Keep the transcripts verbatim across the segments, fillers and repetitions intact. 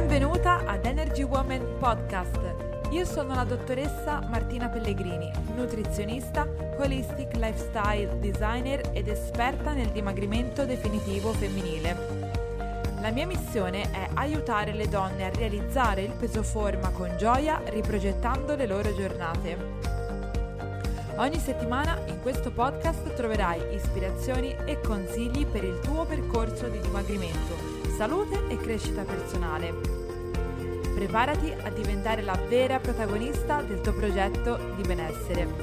Benvenuta ad Energy Woman Podcast. Io sono la dottoressa Martina Pellegrini, nutrizionista, holistic lifestyle designer ed esperta nel dimagrimento definitivo femminile. La mia missione è aiutare le donne a realizzare il peso forma con gioia, riprogettando le loro giornate. Ogni settimana in questo podcast troverai ispirazioni e consigli per il tuo percorso di dimagrimento, salute e crescita personale. Preparati a diventare la vera protagonista del tuo progetto di benessere.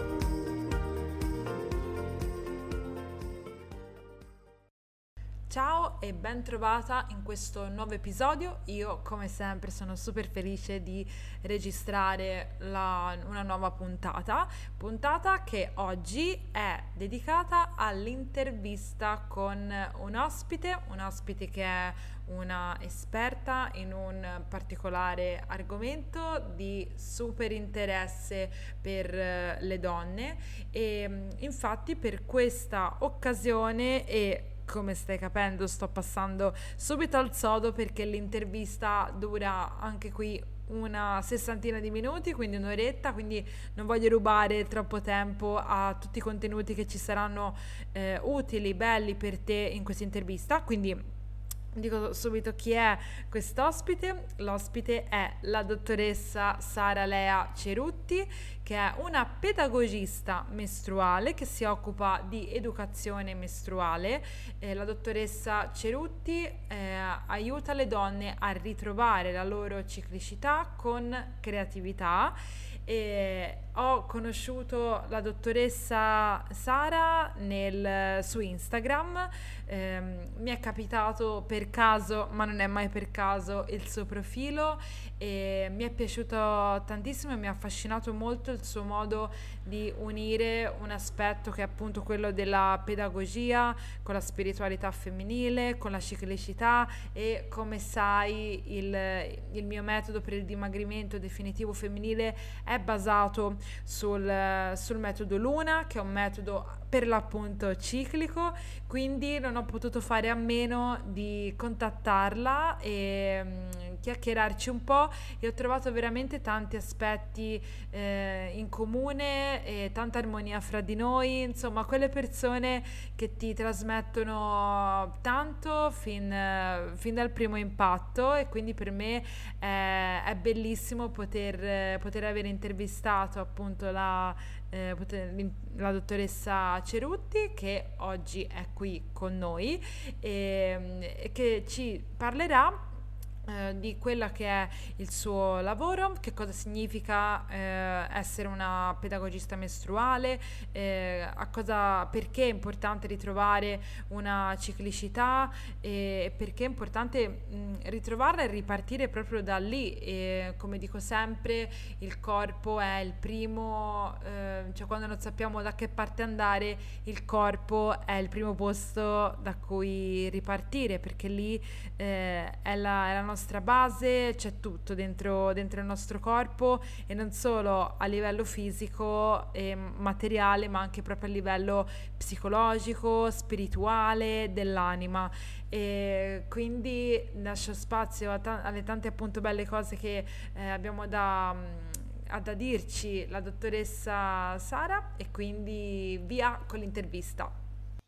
Ciao e ben trovata in questo nuovo episodio. Io come sempre sono super felice di registrare la, una nuova puntata, puntata che oggi è dedicata all'intervista con un ospite, un ospite che è una esperta in un particolare argomento di super interesse per le donne e infatti per questa occasione e come stai capendo sto passando subito al sodo perché l'intervista dura anche qui una sessantina di minuti, quindi un'oretta, quindi non voglio rubare troppo tempo a tutti i contenuti che ci saranno eh, utili, belli per te in questa intervista, quindi dico subito chi è quest'ospite. L'ospite è la dottoressa Sara Lea Cerutti, che è una pedagogista mestruale che si occupa di educazione mestruale. Eh, la dottoressa Cerutti eh, aiuta le donne a ritrovare la loro ciclicità con creatività. E ho conosciuto la dottoressa Sara nel, su Instagram, ehm, mi è capitato per caso, ma non è mai per caso, il suo profilo e mi è piaciuto tantissimo e mi ha affascinato molto il suo modo di unire un aspetto che è appunto quello della pedagogia con la spiritualità femminile, con la ciclicità e come sai il, il mio metodo per il dimagrimento definitivo femminile è basato sul, sul metodo Luna, che è un metodo per l'appunto ciclico, quindi non ho potuto fare a meno di contattarla e um, chiacchierarci un po' e ho trovato veramente tanti aspetti eh, in comune e tanta armonia fra di noi, insomma quelle persone che ti trasmettono tanto fin, uh, fin dal primo impatto e quindi per me eh, è bellissimo poter, poter aver intervistato appunto la Eh, la dottoressa Cerutti che oggi è qui con noi e, e che ci parlerà eh, di quella che è il suo lavoro, che cosa significa eh, essere una pedagogista mestruale, eh, a cosa, perché è importante ritrovare una ciclicità e perché è importante mh, ritrovarla e ripartire proprio da lì e, come dico sempre, il corpo è il primo, eh, cioè quando non sappiamo da che parte andare il corpo è il primo posto da cui ripartire perché lì eh, è, la, è la nostra base, c'è tutto dentro, dentro il nostro corpo e non solo a livello fisico e materiale ma anche proprio a livello psicologico, spirituale, dell'anima e quindi lascio spazio a ta- alle tante appunto belle cose che eh, abbiamo da, mh, da dirci la dottoressa Sara e quindi via con l'intervista.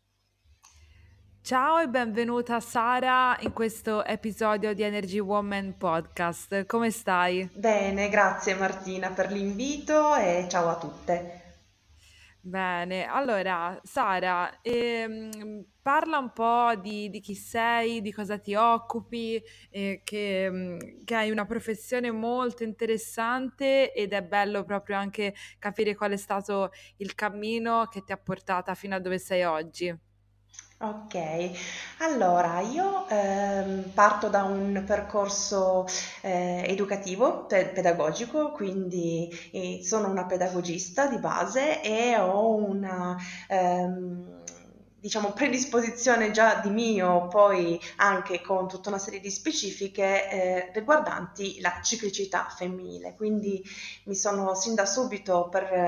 Ciao e benvenuta Sara in questo episodio di Energy Woman Podcast. Come stai? Bene, grazie Martina per l'invito e ciao a tutte. Bene, allora Sara, ehm, parla un po' di, di chi sei, di cosa ti occupi, eh, che, mm, che hai una professione molto interessante ed è bello proprio anche capire qual è stato il cammino che ti ha portata fino a dove sei oggi. Ok, allora io ehm, parto da un percorso eh, educativo, pe- pedagogico, quindi eh, sono una pedagogista di base e ho una ehm, diciamo predisposizione già di mio, poi anche con tutta una serie di specifiche eh, riguardanti la ciclicità femminile, quindi mi sono sin da subito per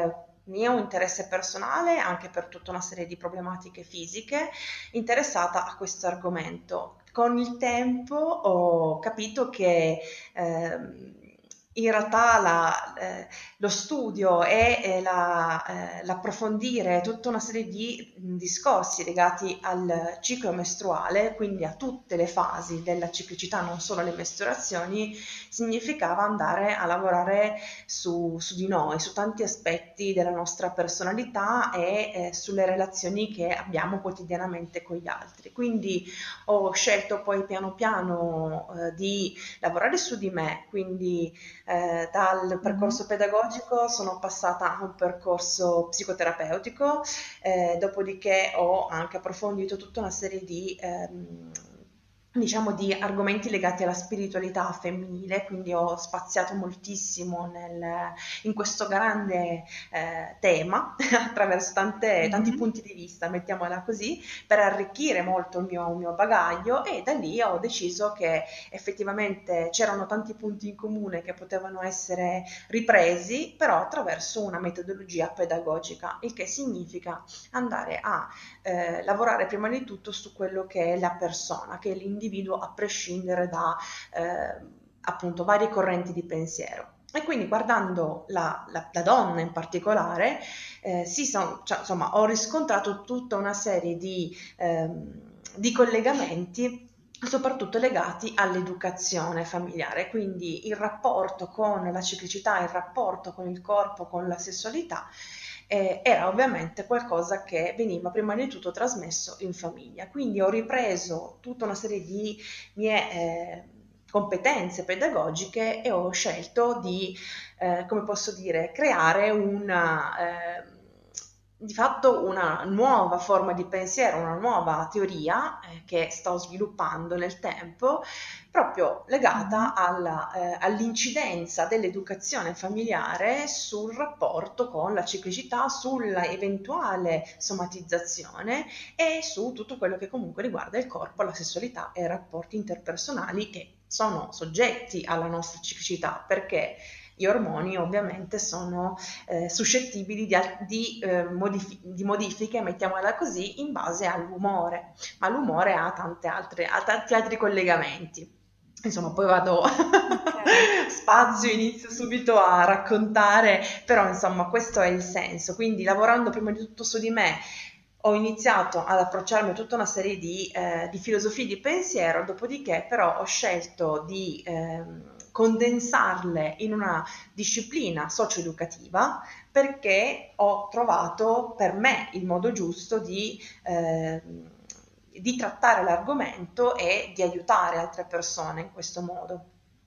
mio interesse personale, anche per tutta una serie di problematiche fisiche, interessata a questo argomento. Con il tempo ho capito che ehm, in realtà la, eh, lo studio e eh, la, eh, l'approfondire tutta una serie di mh, discorsi legati al ciclo mestruale, quindi a tutte le fasi della ciclicità, non solo le mestruazioni, significava andare a lavorare su, su di noi, su tanti aspetti della nostra personalità e eh, sulle relazioni che abbiamo quotidianamente con gli altri. Quindi ho scelto poi piano piano eh, di lavorare su di me, quindi eh, dal Mhm. percorso pedagogico sono passata a un percorso psicoterapeutico, eh, dopodiché ho anche approfondito tutta una serie di, ehm, diciamo, di argomenti legati alla spiritualità femminile, quindi ho spaziato moltissimo nel- in questo grande eh, tema attraverso tante- tanti Mhm. punti di vista, mettiamola così, per arricchire molto il mio, il mio bagaglio e da lì ho deciso che effettivamente c'erano tanti punti in comune che potevano essere ripresi, però attraverso una metodologia pedagogica, il che significa andare a eh, lavorare prima di tutto su quello che è la persona, che è l'individuo a prescindere da eh, appunto varie correnti di pensiero. E quindi guardando la, la- la donna in particolare, eh, si son- cioè, insomma, ho riscontrato tutta una serie di, ehm, di collegamenti soprattutto legati all'educazione familiare, quindi il rapporto con la ciclicità, il rapporto con il corpo, con la sessualità, eh, era ovviamente qualcosa che veniva prima di tutto trasmesso in famiglia. Quindi ho ripreso tutta una serie di mie eh, competenze pedagogiche e ho scelto di, eh, come posso dire, creare una, eh, di fatto una nuova forma di pensiero, una nuova teoria eh, che sto sviluppando nel tempo, proprio legata Mhm. alla, eh, all'incidenza dell'educazione familiare sul rapporto con la ciclicità, sulla eventuale somatizzazione e su tutto quello che comunque riguarda il corpo, la sessualità e i rapporti interpersonali che sono soggetti alla nostra ciclicità, perché gli ormoni ovviamente sono eh, suscettibili di, al- di, eh, modif- di modifiche, mettiamola così, in base all'umore, ma l'umore ha tante altre, ha tanti altri collegamenti. Insomma, poi vado Ok. spazio, inizio subito a raccontare, però insomma questo è il senso. Quindi lavorando prima di tutto su di me, ho iniziato ad approcciarmi a tutta una serie di, eh, di filosofie di pensiero, dopodiché però ho scelto di ehm, condensarle in una disciplina socio-educativa perché ho trovato per me il modo giusto di, ehm, di trattare l'argomento e di aiutare altre persone in questo modo.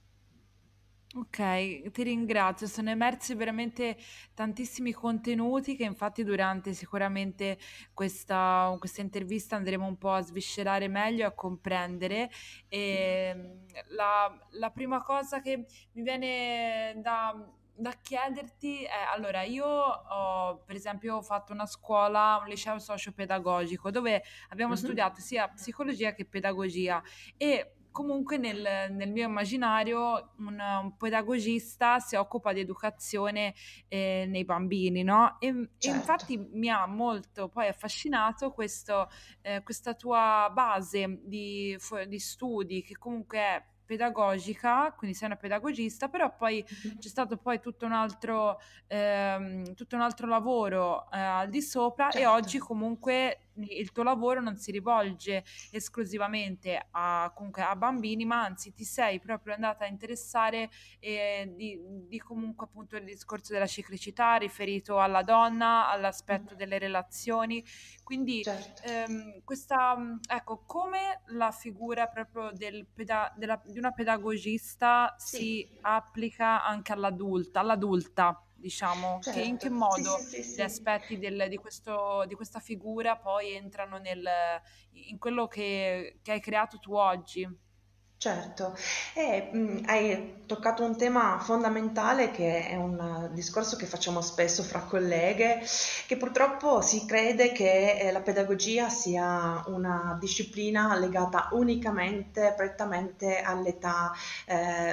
Ok, ti ringrazio. Sono emersi veramente tantissimi contenuti che infatti durante sicuramente questa, questa intervista andremo un po' a sviscerare meglio e a comprendere. E, la, la prima cosa che mi viene da, da chiederti è, allora, io ho per esempio fatto una scuola, un liceo socio-pedagogico dove abbiamo Mhm. studiato sia psicologia che pedagogia e comunque nel, nel mio immaginario un, un pedagogista si occupa di educazione eh, nei bambini, no? E, e Certo. infatti mi ha molto poi affascinato questo, eh, questa tua base di, fu- di studi che comunque è pedagogica, quindi sei una pedagogista, però poi c'è Mhm. stato poi tutto un altro, ehm, tutto un altro lavoro eh, al di sopra e Certo. oggi comunque il tuo lavoro non si rivolge esclusivamente a, comunque a bambini, ma anzi ti sei proprio andata a interessare eh, di, di comunque appunto il discorso della ciclicità riferito alla donna, all'aspetto Mhm. delle relazioni. Quindi Certo. ehm, questa, mh, ecco, come la figura proprio del peda- della- di una pedagogista Sì. si applica anche all'adulta, all'adulta, diciamo, che in Certo, che sì, sì, modo sì, gli sì. aspetti del- di questo- di questa figura poi entrano nel, in quello che, che hai creato tu oggi. Certo, e mh, hai toccato un tema fondamentale che è un eh, discorso che facciamo spesso fra colleghe, che purtroppo si crede che eh, la pedagogia sia una disciplina legata unicamente, prettamente all'età, eh,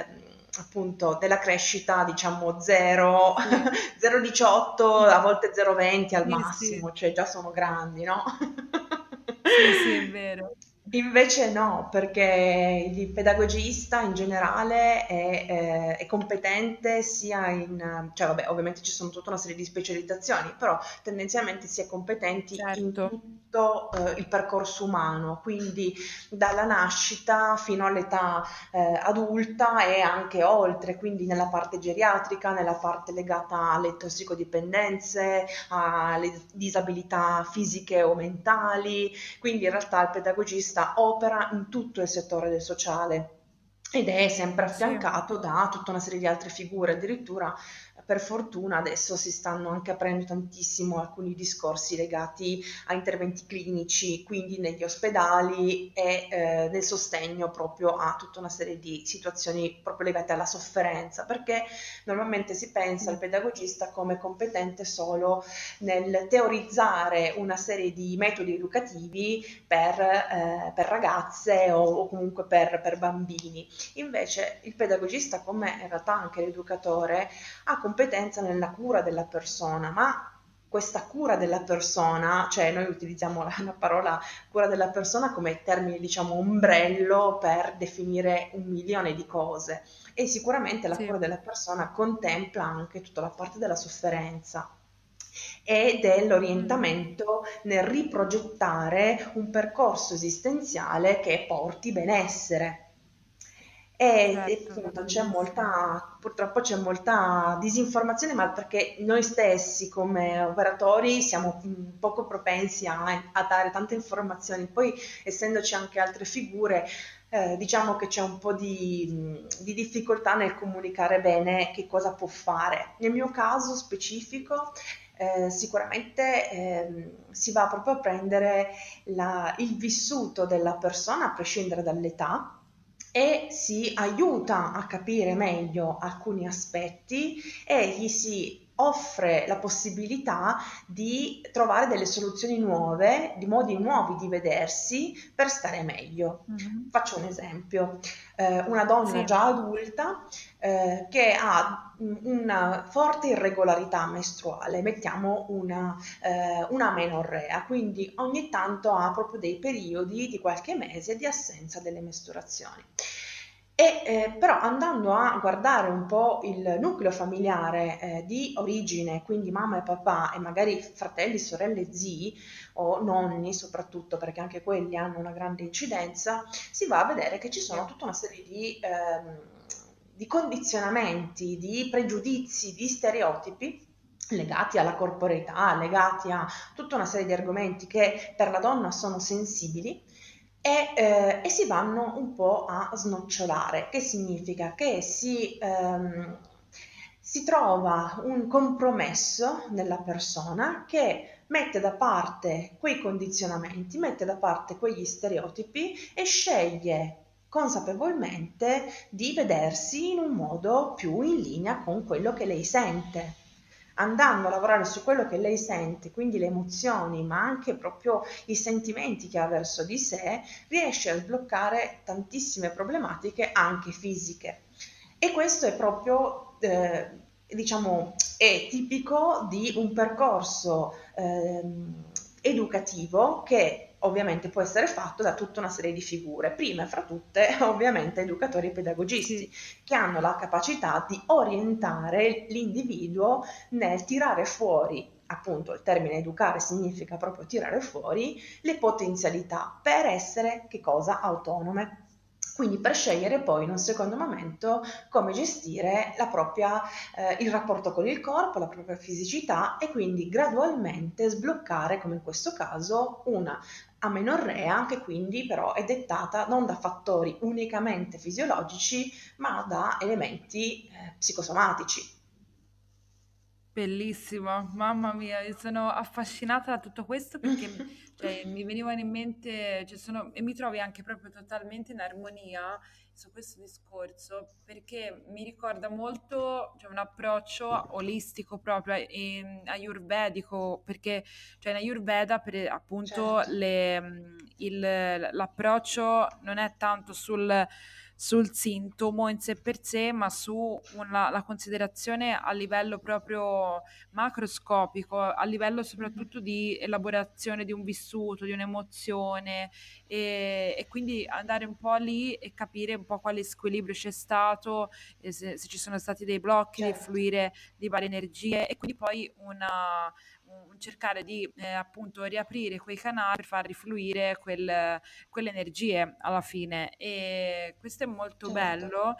appunto della crescita, diciamo zero, Sì. zero virgola diciotto, a volte zero virgola venti al Sì, sì. massimo, cioè già sono grandi, no? Sì, sì, è vero. Invece no, perché il pedagogista in generale è, eh, è competente sia in, cioè vabbè, ovviamente ci sono tutta una serie di specializzazioni, però tendenzialmente si è competenti in Certo. tutto eh, il percorso umano, quindi dalla nascita fino all'età eh, adulta e anche oltre, quindi nella parte geriatrica, nella parte legata alle tossicodipendenze, alle disabilità fisiche o mentali, quindi in realtà il pedagogista opera in tutto il settore del sociale ed è sempre Sì, affiancato da tutta una serie di altre figure, addirittura per fortuna adesso si stanno anche aprendo tantissimo alcuni discorsi legati a interventi clinici, quindi negli ospedali e eh, nel sostegno proprio a tutta una serie di situazioni proprio legate alla sofferenza, perché normalmente si pensa al sì, pedagogista come competente solo nel teorizzare una serie di metodi educativi per, eh, per ragazze o, o comunque per, per bambini. Invece il pedagogista, come in realtà anche l'educatore, ha competenza nella cura della persona, ma questa cura della persona, cioè noi utilizziamo la, la parola cura della persona come termine, diciamo, ombrello per definire un milione di cose e sicuramente la sì. cura della persona contempla anche tutta la parte della sofferenza e Mhm. dell'orientamento nel riprogettare un percorso esistenziale che porti benessere. E, e Certo, appunto c'è bellissimo. molta, purtroppo c'è molta disinformazione, ma perché noi stessi come operatori siamo mh, poco propensi a, a dare tante informazioni. Poi, essendoci anche altre figure, eh, diciamo che c'è un po' di, mh, di difficoltà nel comunicare bene che cosa può fare. Nel mio caso specifico, eh, sicuramente ehm, si va proprio a prendere la- il vissuto della persona a prescindere dall'età e si aiuta a capire meglio alcuni aspetti e gli si offre la possibilità di trovare delle soluzioni nuove, di modi nuovi di vedersi per stare meglio. Mhm. Faccio un esempio, eh, una donna Sì, già adulta eh, che ha una forte irregolarità mestruale, mettiamo una, eh, una amenorrea, quindi ogni tanto ha proprio dei periodi di qualche mese di assenza delle mestruazioni. E eh, però andando a guardare un po' il nucleo familiare eh, di origine, quindi mamma e papà e magari fratelli, sorelle, zii o nonni soprattutto, perché anche quelli hanno una grande incidenza, si va a vedere che ci sì, sono tutta una serie di, ehm, di condizionamenti, di pregiudizi, di stereotipi legati alla corporeità, legati a tutta una serie di argomenti che per la donna sono sensibili e, eh, e si vanno un po' a snocciolare. Che significa? Che si, ehm, si trova un compromesso nella persona che mette da parte quei condizionamenti, mette da parte quegli stereotipi e sceglie consapevolmente di vedersi in un modo più in linea con quello che lei sente. Andando a lavorare su quello che lei sente, quindi le emozioni, ma anche proprio i sentimenti che ha verso di sé, riesce a sbloccare tantissime problematiche anche fisiche. E questo è proprio, eh, diciamo, è tipico di un percorso ehm, educativo che ovviamente può essere fatto da tutta una serie di figure, prima e fra tutte ovviamente educatori e sì. pedagogisti, che hanno la capacità di orientare l'individuo nel tirare fuori, appunto il termine educare significa proprio tirare fuori le potenzialità per essere che cosa? Autonome. Quindi per scegliere poi in un secondo momento come gestire la propria, eh, il rapporto con il corpo, la propria fisicità e quindi gradualmente sbloccare, come in questo caso, una amenorrea che quindi però è dettata non da fattori unicamente fisiologici, ma da elementi eh, psicosomatici. Bellissimo, mamma mia, io sono affascinata da tutto questo perché cioè, mi venivano in mente, cioè, sono, e mi trovi anche proprio totalmente in armonia su questo discorso perché mi ricorda molto cioè, un approccio olistico proprio e ayurvedico perché cioè, in Ayurveda per, appunto Certo, le, il- l'approccio non è tanto sul sul sintomo in sé per sé, ma su una, la considerazione a livello proprio macroscopico, a livello Mhm. soprattutto di elaborazione di un vissuto, di un'emozione e, e quindi andare un po' lì e capire un po' quale squilibrio c'è stato, e se, se ci sono stati dei blocchi, dei Certo, fluire di varie energie e quindi poi una, un cercare di eh, appunto riaprire quei canali per far rifluire quel, quelle energie alla fine e questo è molto certo. bello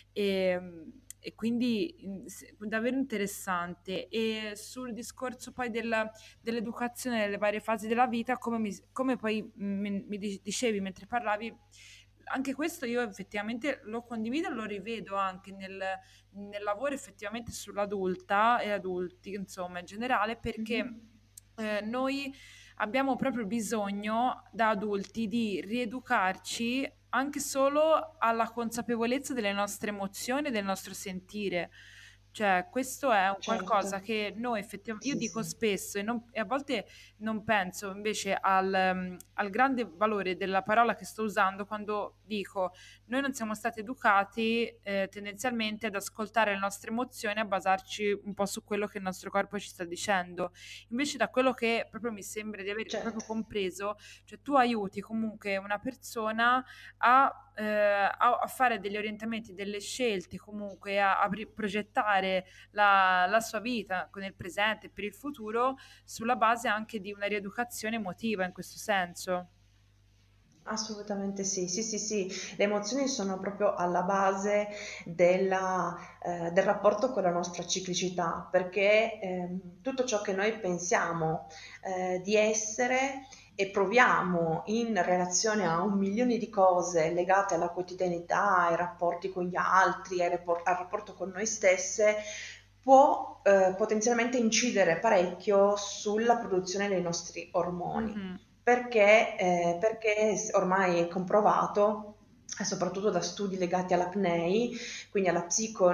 e, e quindi in- s- davvero interessante. E sul discorso poi della- dell'educazione nelle varie fasi della vita, come, mi- come poi mi, mi di- dicevi mentre parlavi, anche questo io effettivamente lo condivido e lo rivedo anche nel, nel lavoro effettivamente sull'adulta e adulti, insomma, in generale, perché Mhm. eh, noi abbiamo proprio bisogno da adulti di rieducarci anche solo alla consapevolezza delle nostre emozioni e del nostro sentire. Cioè, questo è un Certo, qualcosa che noi effettivamente, io sì, dico sì. spesso e, non- e a volte non penso invece al, mm, al grande valore della parola che sto usando quando dico noi non siamo stati educati eh, tendenzialmente ad ascoltare le nostre emozioni, a basarci un po' su quello che il nostro corpo ci sta dicendo. Invece da quello che proprio mi sembra di aver proprio Certo. compreso, cioè tu aiuti comunque una persona a, eh, a- a fare degli orientamenti, delle scelte, comunque a, a pri- progettare la, la sua vita con il presente e per il futuro sulla base anche di una rieducazione emotiva in questo senso. Assolutamente sì, sì, sì, sì, le emozioni sono proprio alla base della, eh, del rapporto con la nostra ciclicità, perché ehm, tutto ciò che noi pensiamo eh, di essere e proviamo in relazione a un milione di cose legate alla quotidianità, ai rapporti con gli altri, ai rappor- al rapporto con noi stesse, può eh, potenzialmente incidere parecchio sulla produzione dei nostri ormoni Mhm. perché, eh, perché s- ormai è comprovato, e soprattutto da studi legati alla P N E I, quindi alla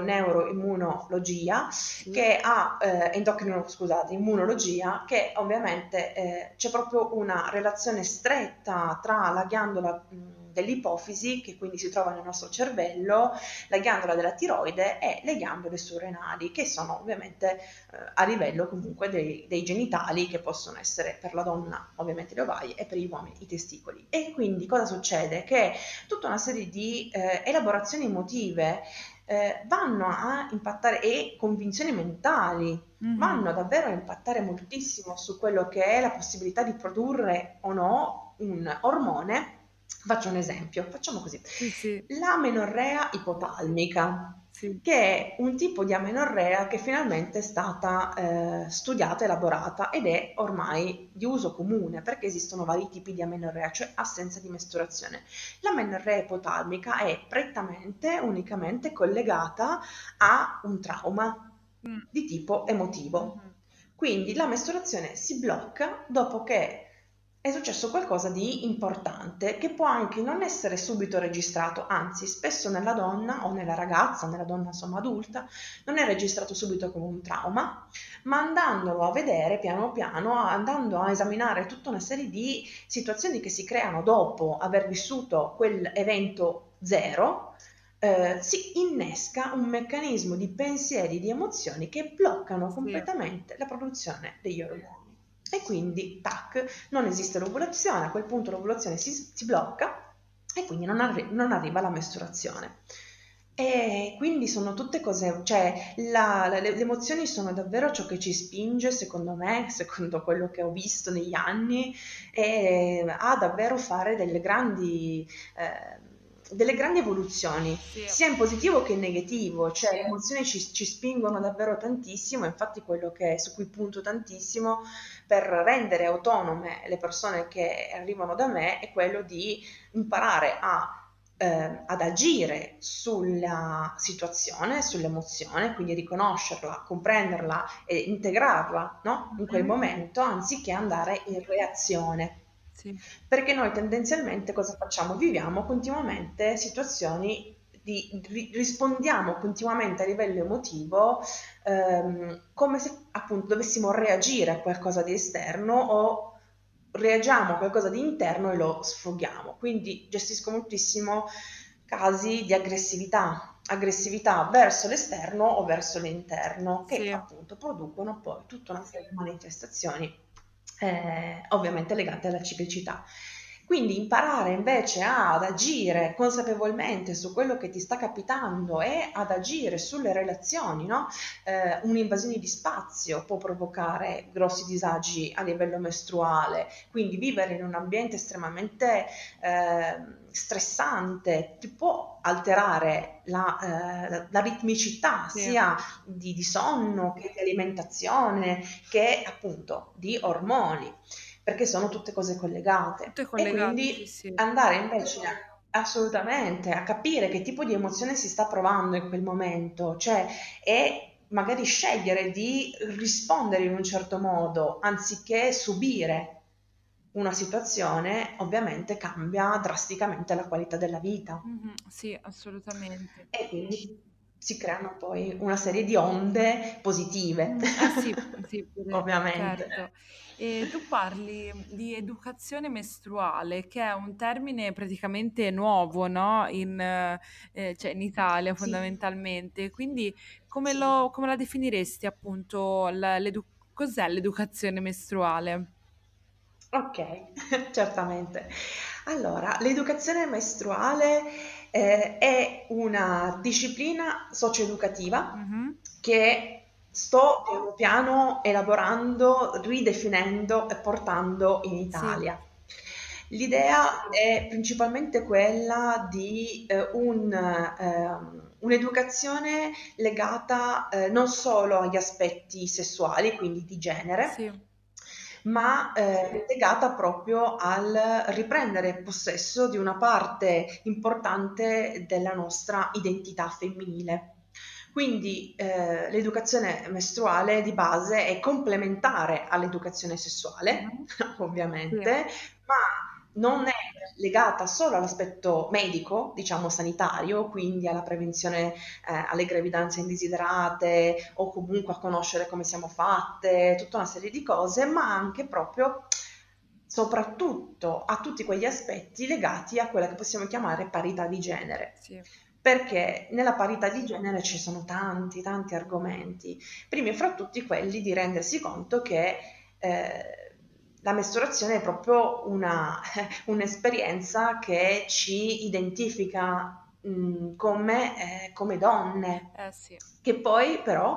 psiconeuroimmunologia, Sì. che ha, eh, endocrino, scusate, immunologia, che ovviamente eh, c'è proprio una relazione stretta tra la ghiandola mh, dell'ipofisi, che quindi si trova nel nostro cervello, la ghiandola della tiroide e le ghiandole surrenali, che sono ovviamente eh, a livello comunque dei, dei genitali che possono essere per la donna ovviamente le ovaie e per gli uomini i testicoli. E quindi cosa succede? Che tutta una serie di eh, elaborazioni emotive eh, vanno a impattare e convinzioni mentali Mhm. vanno davvero a impattare moltissimo su quello che è la possibilità di produrre o no un ormone. Faccio un esempio, facciamo così. Sì, sì, La menorrea ipotalmica, sì. che è un tipo di amenorrea che finalmente è stata eh, studiata, elaborata ed è ormai di uso comune perché esistono vari tipi di amenorrea, cioè assenza di mestruazione. La menorrea ipotalmica è prettamente, unicamente collegata a un trauma Mm. di tipo emotivo. Mhm. Quindi la mestruazione si blocca dopo che è successo qualcosa di importante che può anche non essere subito registrato, anzi spesso nella donna o nella ragazza, nella donna insomma adulta, non è registrato subito come un trauma, ma andandolo a vedere piano piano, andando a esaminare tutta una serie di situazioni che si creano dopo aver vissuto quell'evento zero, eh, si innesca un meccanismo di pensieri, di emozioni che bloccano Sì. completamente la produzione degli ormoni. E quindi, tac, non esiste l'ovulazione, a quel punto l'ovulazione si, si blocca e quindi non, arri- non arriva la mestruazione. E quindi sono tutte cose, cioè la- la- le, le emozioni sono davvero ciò che ci spinge, secondo me, secondo quello che ho visto negli anni, e a davvero fare delle grandi, eh, delle grandi evoluzioni, Sì. sia in positivo che in negativo, cioè le emozioni ci, ci spingono davvero tantissimo, infatti quello che, su cui punto tantissimo per rendere autonome le persone che arrivano da me è quello di imparare a eh, ad agire sulla situazione, sull'emozione, quindi riconoscerla, comprenderla e integrarla, no? In quel Mhm. momento, anziché andare in reazione. Sì. Perché noi tendenzialmente cosa facciamo? Viviamo continuamente situazioni di, ri- rispondiamo continuamente a livello emotivo ehm, come se appunto dovessimo reagire a qualcosa di esterno o reagiamo a qualcosa di interno e lo sfoghiamo. Quindi gestisco moltissimo casi di aggressività, aggressività verso l'esterno o verso l'interno, che Sì, appunto producono poi tutta una serie di manifestazioni, eh, ovviamente legate alla ciclicità. Quindi imparare invece ad agire consapevolmente su quello che ti sta capitando e ad agire sulle relazioni, no? Eh, un'invasione di spazio può provocare grossi disagi a livello mestruale, quindi vivere in un ambiente estremamente eh, stressante ti può alterare la, eh, la- la ritmicità sì, sia di, di sonno che di alimentazione che appunto di ormoni, perché sono tutte cose collegate. tutto è E collegato, sì, quindi sì. andare invece a- assolutamente a capire che tipo di emozione si sta provando in quel momento, cioè e magari scegliere di rispondere in un certo modo anziché subire una situazione, ovviamente cambia drasticamente la qualità della vita Mhm, sì, assolutamente. e quindi si creano poi una serie di onde positive, Mm, eh sì, sì, pure, ovviamente. certo. E tu parli di educazione mestruale, che è un termine praticamente nuovo, no? In, eh, eh, cioè in Italia Sì, fondamentalmente. Quindi come sì. lo, come la definiresti appunto? la- l'edu- cos'è l'educazione mestruale? Okay, certamente. Allora, l'educazione mestruale, ehm, è una disciplina socio-educativa Mhm, che sto piano piano elaborando, ridefinendo e portando in sì, Italia. L'idea è principalmente quella di, ehm, un ehm, un'educazione legata, ehm, non solo agli aspetti sessuali, quindi di genere, sì. ma eh, legata proprio al riprendere possesso di una parte importante della nostra identità femminile. Quindi eh, l'educazione mestruale di base è complementare all'educazione sessuale, Mhm, sì, ovviamente, ma non è legata solo all'aspetto medico, diciamo sanitario, quindi alla prevenzione eh, alle gravidanze indesiderate o comunque a conoscere come siamo fatte, tutta una serie di cose, ma anche proprio, soprattutto a tutti quegli aspetti legati a quella che possiamo chiamare parità di genere. sì. Perché nella parità di genere ci sono tanti, tanti argomenti. Primi fra tutti quelli di rendersi conto che eh, la mestruazione è proprio una, un'esperienza che ci identifica mh, come, eh, come donne, Eh sì. che poi però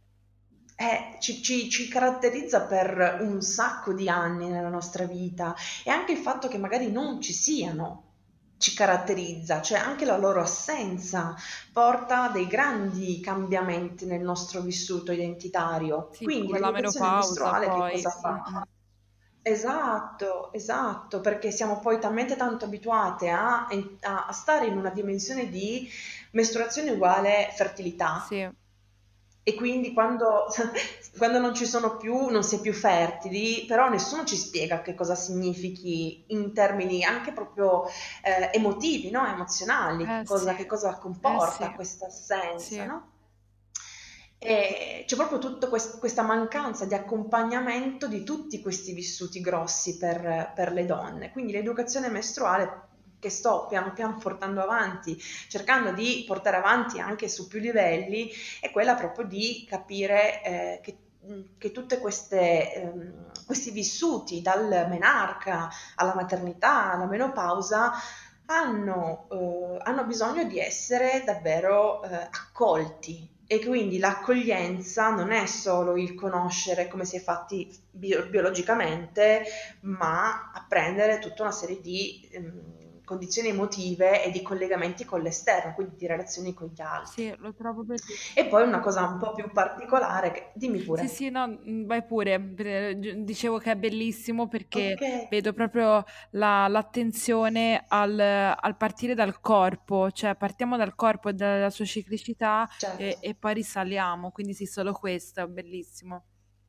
eh, ci, ci- ci caratterizza per un sacco di anni nella nostra vita e anche il fatto che magari non ci siano ci caratterizza, cioè anche la loro assenza porta dei grandi cambiamenti nel nostro vissuto identitario. Sì, Quindi come la l'educazione menopausa mestruale che poi. cosa Mm, fa? mm. Esatto, esatto, perché siamo poi talmente tanto abituate a, a- a stare in una dimensione di mestruazione uguale fertilità. Sì, E quindi quando, quando non ci sono più, non si è più fertili, però nessuno ci spiega che cosa significhi in termini anche proprio eh, emotivi, no? Emozionali, che eh sì, cosa, che cosa eh sì, comporta questa assenza, sì. no? E c'è proprio tutta questa mancanza di accompagnamento di tutti questi vissuti grossi per, per le donne. Quindi l'educazione mestruale che sto piano piano portando avanti, cercando di portare avanti anche su più livelli, è quella proprio di capire eh, che, che tutti ehm, questi vissuti, dal menarca alla maternità, alla menopausa, hanno, eh, hanno bisogno di essere davvero eh, accolti. E quindi l'accoglienza non è solo il conoscere come si è fatti bio- biologicamente, ma apprendere tutta una serie di ehm, condizioni emotive e di collegamenti con l'esterno, quindi di relazioni con gli Sì, altri. lo trovo E bellissimo. poi una cosa un po' più particolare, che, dimmi Sì, pure. sì, no, mm, vai pure. per- gi- Dicevo che è bellissimo perché Ok, vedo proprio la- l'attenzione al, al partire dal corpo, cioè partiamo dal corpo e dalla sua ciclicità certo. e, e poi risaliamo, quindi sì, solo questo è bellissimo.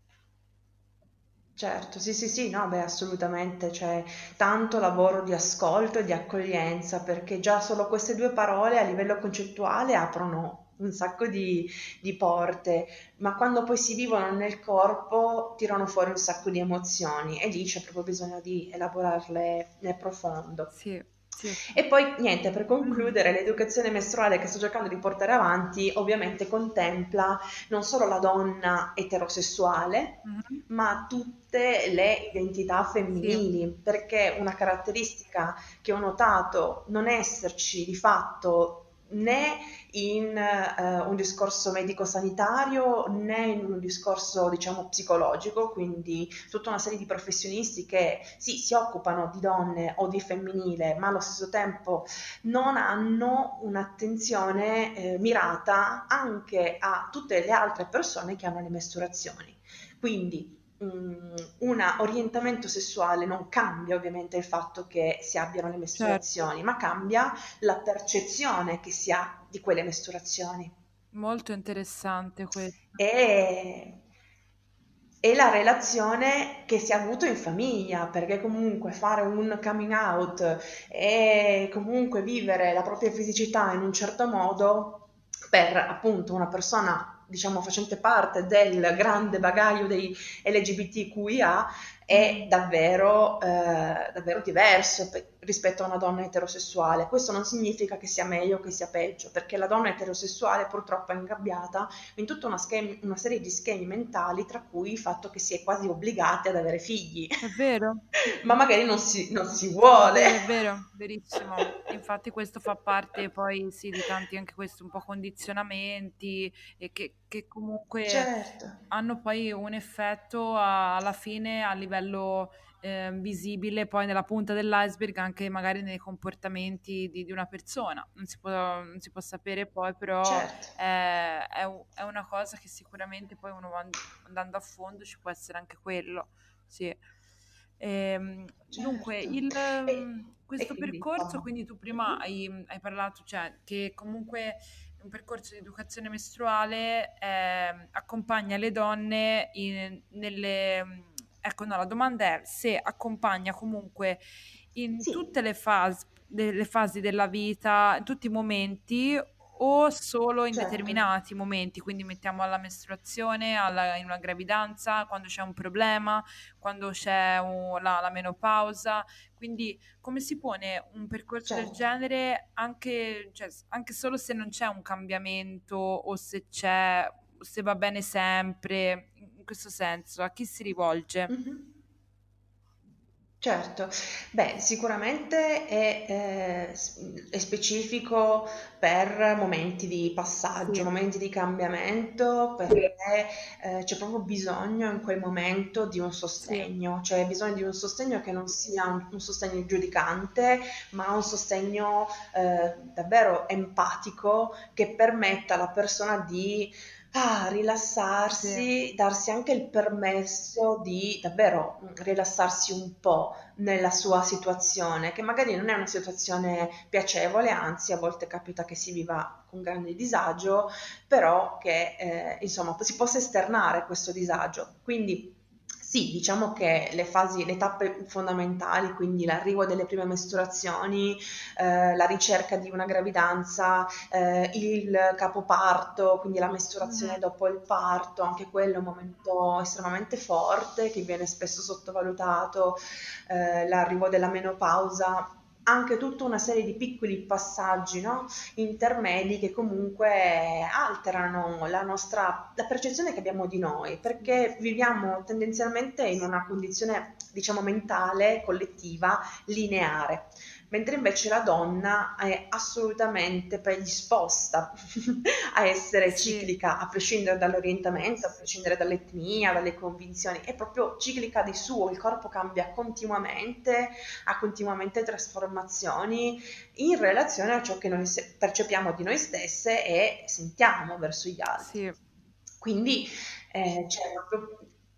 Certo, sì, sì, sì, no, beh, assolutamente, c'è tanto lavoro di ascolto e di accoglienza, perché già solo queste due parole a livello concettuale aprono un sacco di, di porte, ma quando poi si vivono nel corpo tirano fuori un sacco di emozioni e lì c'è proprio bisogno di elaborarle nel profondo. Sì. Sì. E poi niente, per Mhm. concludere, l'educazione mestruale che sto cercando di portare avanti ovviamente contempla non solo la donna eterosessuale, Mhm. ma tutte le identità Sì, femminili, perché una caratteristica che ho notato non esserci di fatto né in eh, un discorso medico-sanitario né in un discorso, diciamo, psicologico, quindi tutta una serie di professionisti che sì, si occupano di donne o di femminile, ma allo stesso tempo non hanno un'attenzione eh, mirata anche a tutte le altre persone che hanno le mestruazioni. Quindi mm, un orientamento sessuale non cambia ovviamente il fatto che si abbiano le certo. mestruazioni, ma cambia la percezione che si ha di quelle mestruazioni. Molto interessante questo. E, e la relazione che si è avuto in famiglia, perché comunque fare un coming out e comunque vivere la propria fisicità in un certo modo per appunto una persona, diciamo, facente parte del grande bagaglio dei L G B T Q I A è Mhm. davvero, eh, davvero diverso pe- rispetto a una donna eterosessuale. Questo non significa che sia meglio o che sia peggio, perché la donna eterosessuale purtroppo è ingabbiata in tutta una, schemi- una serie di schemi mentali, tra cui il fatto che si è quasi obbligati ad avere figli, È vero? ma magari non si, non si È vuole. vero, è vero, verissimo. Infatti questo fa parte poi sì di tanti anche questo un po' condizionamenti e che, che comunque Certo, hanno poi un effetto a- alla fine a livello eh, visibile, poi nella punta dell'iceberg anche magari nei comportamenti di, di una persona. Non si può, non si può sapere poi, però certo, è, è un- è una cosa che sicuramente poi uno va- andando a fondo ci può essere anche quello. Sì. Ehm, dunque, certo. il, E, ehm, e questo quindi, percorso, insomma, quindi tu prima mhm, hai, hai parlato, cioè, che comunque un percorso di educazione mestruale ehm, accompagna le donne in- nelle... Ecco, no, la domanda è se accompagna comunque in sì, tutte le fasi, delle fasi della vita, in tutti i momenti o solo in certo. determinati momenti, quindi mettiamo alla mestruazione, alla- in una gravidanza, quando c'è un problema, quando c'è un- la, la menopausa, quindi come si pone un percorso del Certo. genere anche, cioè, s- anche solo se non c'è un cambiamento o se c'è, se va bene sempre, in questo senso, a chi si rivolge? Mhm. Certo, beh, sicuramente è, eh, s- è specifico per momenti di passaggio, Sì, momenti di cambiamento, perché eh, c'è proprio bisogno in quel momento di un sì. sostegno, cioè bisogno di un sostegno che non sia un, un sostegno giudicante, ma un sostegno eh, davvero empatico che permetta alla persona di ah, Sì. rilassarsi, darsi anche il permesso di davvero mm, rilassarsi un po' nella sua situazione, che magari non è una situazione piacevole, anzi a volte capita che si viva con grande disagio, però che eh, insomma si possa esternare questo disagio. Quindi sì, diciamo che le fasi, le tappe fondamentali, quindi l'arrivo delle prime mestruazioni, eh, la ricerca di una gravidanza, eh, il capoparto, quindi la mestruazione Mhm. dopo il parto, anche quello è un momento estremamente forte che viene spesso sottovalutato, eh, l'arrivo della menopausa, anche tutta una serie di piccoli passaggi, no? Intermedi che comunque alterano la nostra la percezione che abbiamo di noi, Sì. perché viviamo tendenzialmente in una condizione, diciamo, mentale, collettiva, lineare mentre invece la donna è assolutamente predisposta a essere Sì. ciclica, a prescindere dall'orientamento, a prescindere dall'etnia, dalle convinzioni, è proprio ciclica di suo, il corpo cambia continuamente, ha continuamente trasformazioni in relazione a ciò che noi se- percepiamo di noi stesse e sentiamo verso gli altri. Sì. Quindi eh, c'è proprio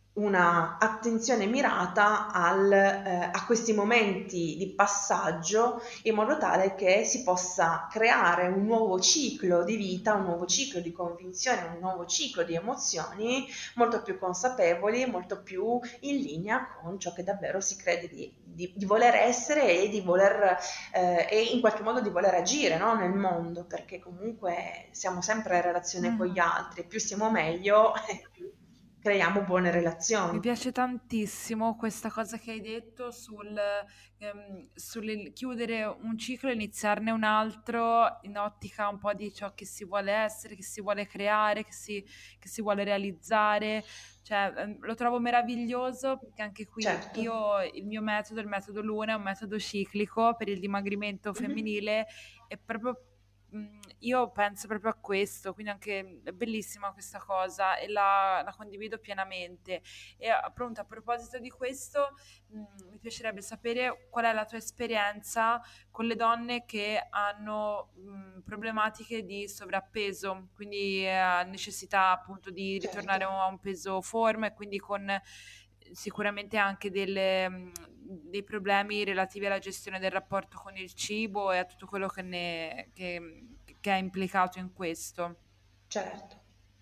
una attenzione mirata al, eh, a questi momenti di passaggio in modo tale che si possa creare un nuovo ciclo di vita, un nuovo ciclo di convinzioni, un nuovo ciclo di emozioni molto più consapevoli, molto più in linea con ciò che davvero si crede di, di- di voler essere e di voler eh, e in qualche modo di voler agire, no, nel mondo, perché comunque siamo sempre in relazione con gli Mhm. altri, più siamo meglio, creiamo buone Mi relazioni. piace tantissimo questa cosa che hai detto sul, ehm, sul chiudere un ciclo e iniziarne un altro in ottica un po' di ciò che si vuole essere, che si vuole creare, che si, che si vuole realizzare. Cioè, ehm, lo trovo meraviglioso perché anche qui Certo. io, il mio metodo, il metodo Luna, è un metodo ciclico per il dimagrimento Mhm. femminile e proprio mm, io penso proprio a questo, quindi anche è bellissima questa cosa e la, la condivido pienamente. E appunto a proposito di questo, mh, mi piacerebbe sapere qual è la tua esperienza con le donne che hanno mh, problematiche di sovrappeso, quindi eh, necessità appunto di Certo. ritornare a un peso forma e quindi con eh, sicuramente anche delle, mh, dei problemi relativi alla gestione del rapporto con il cibo e a tutto quello che, ne, che, che è implicato in questo. Certo.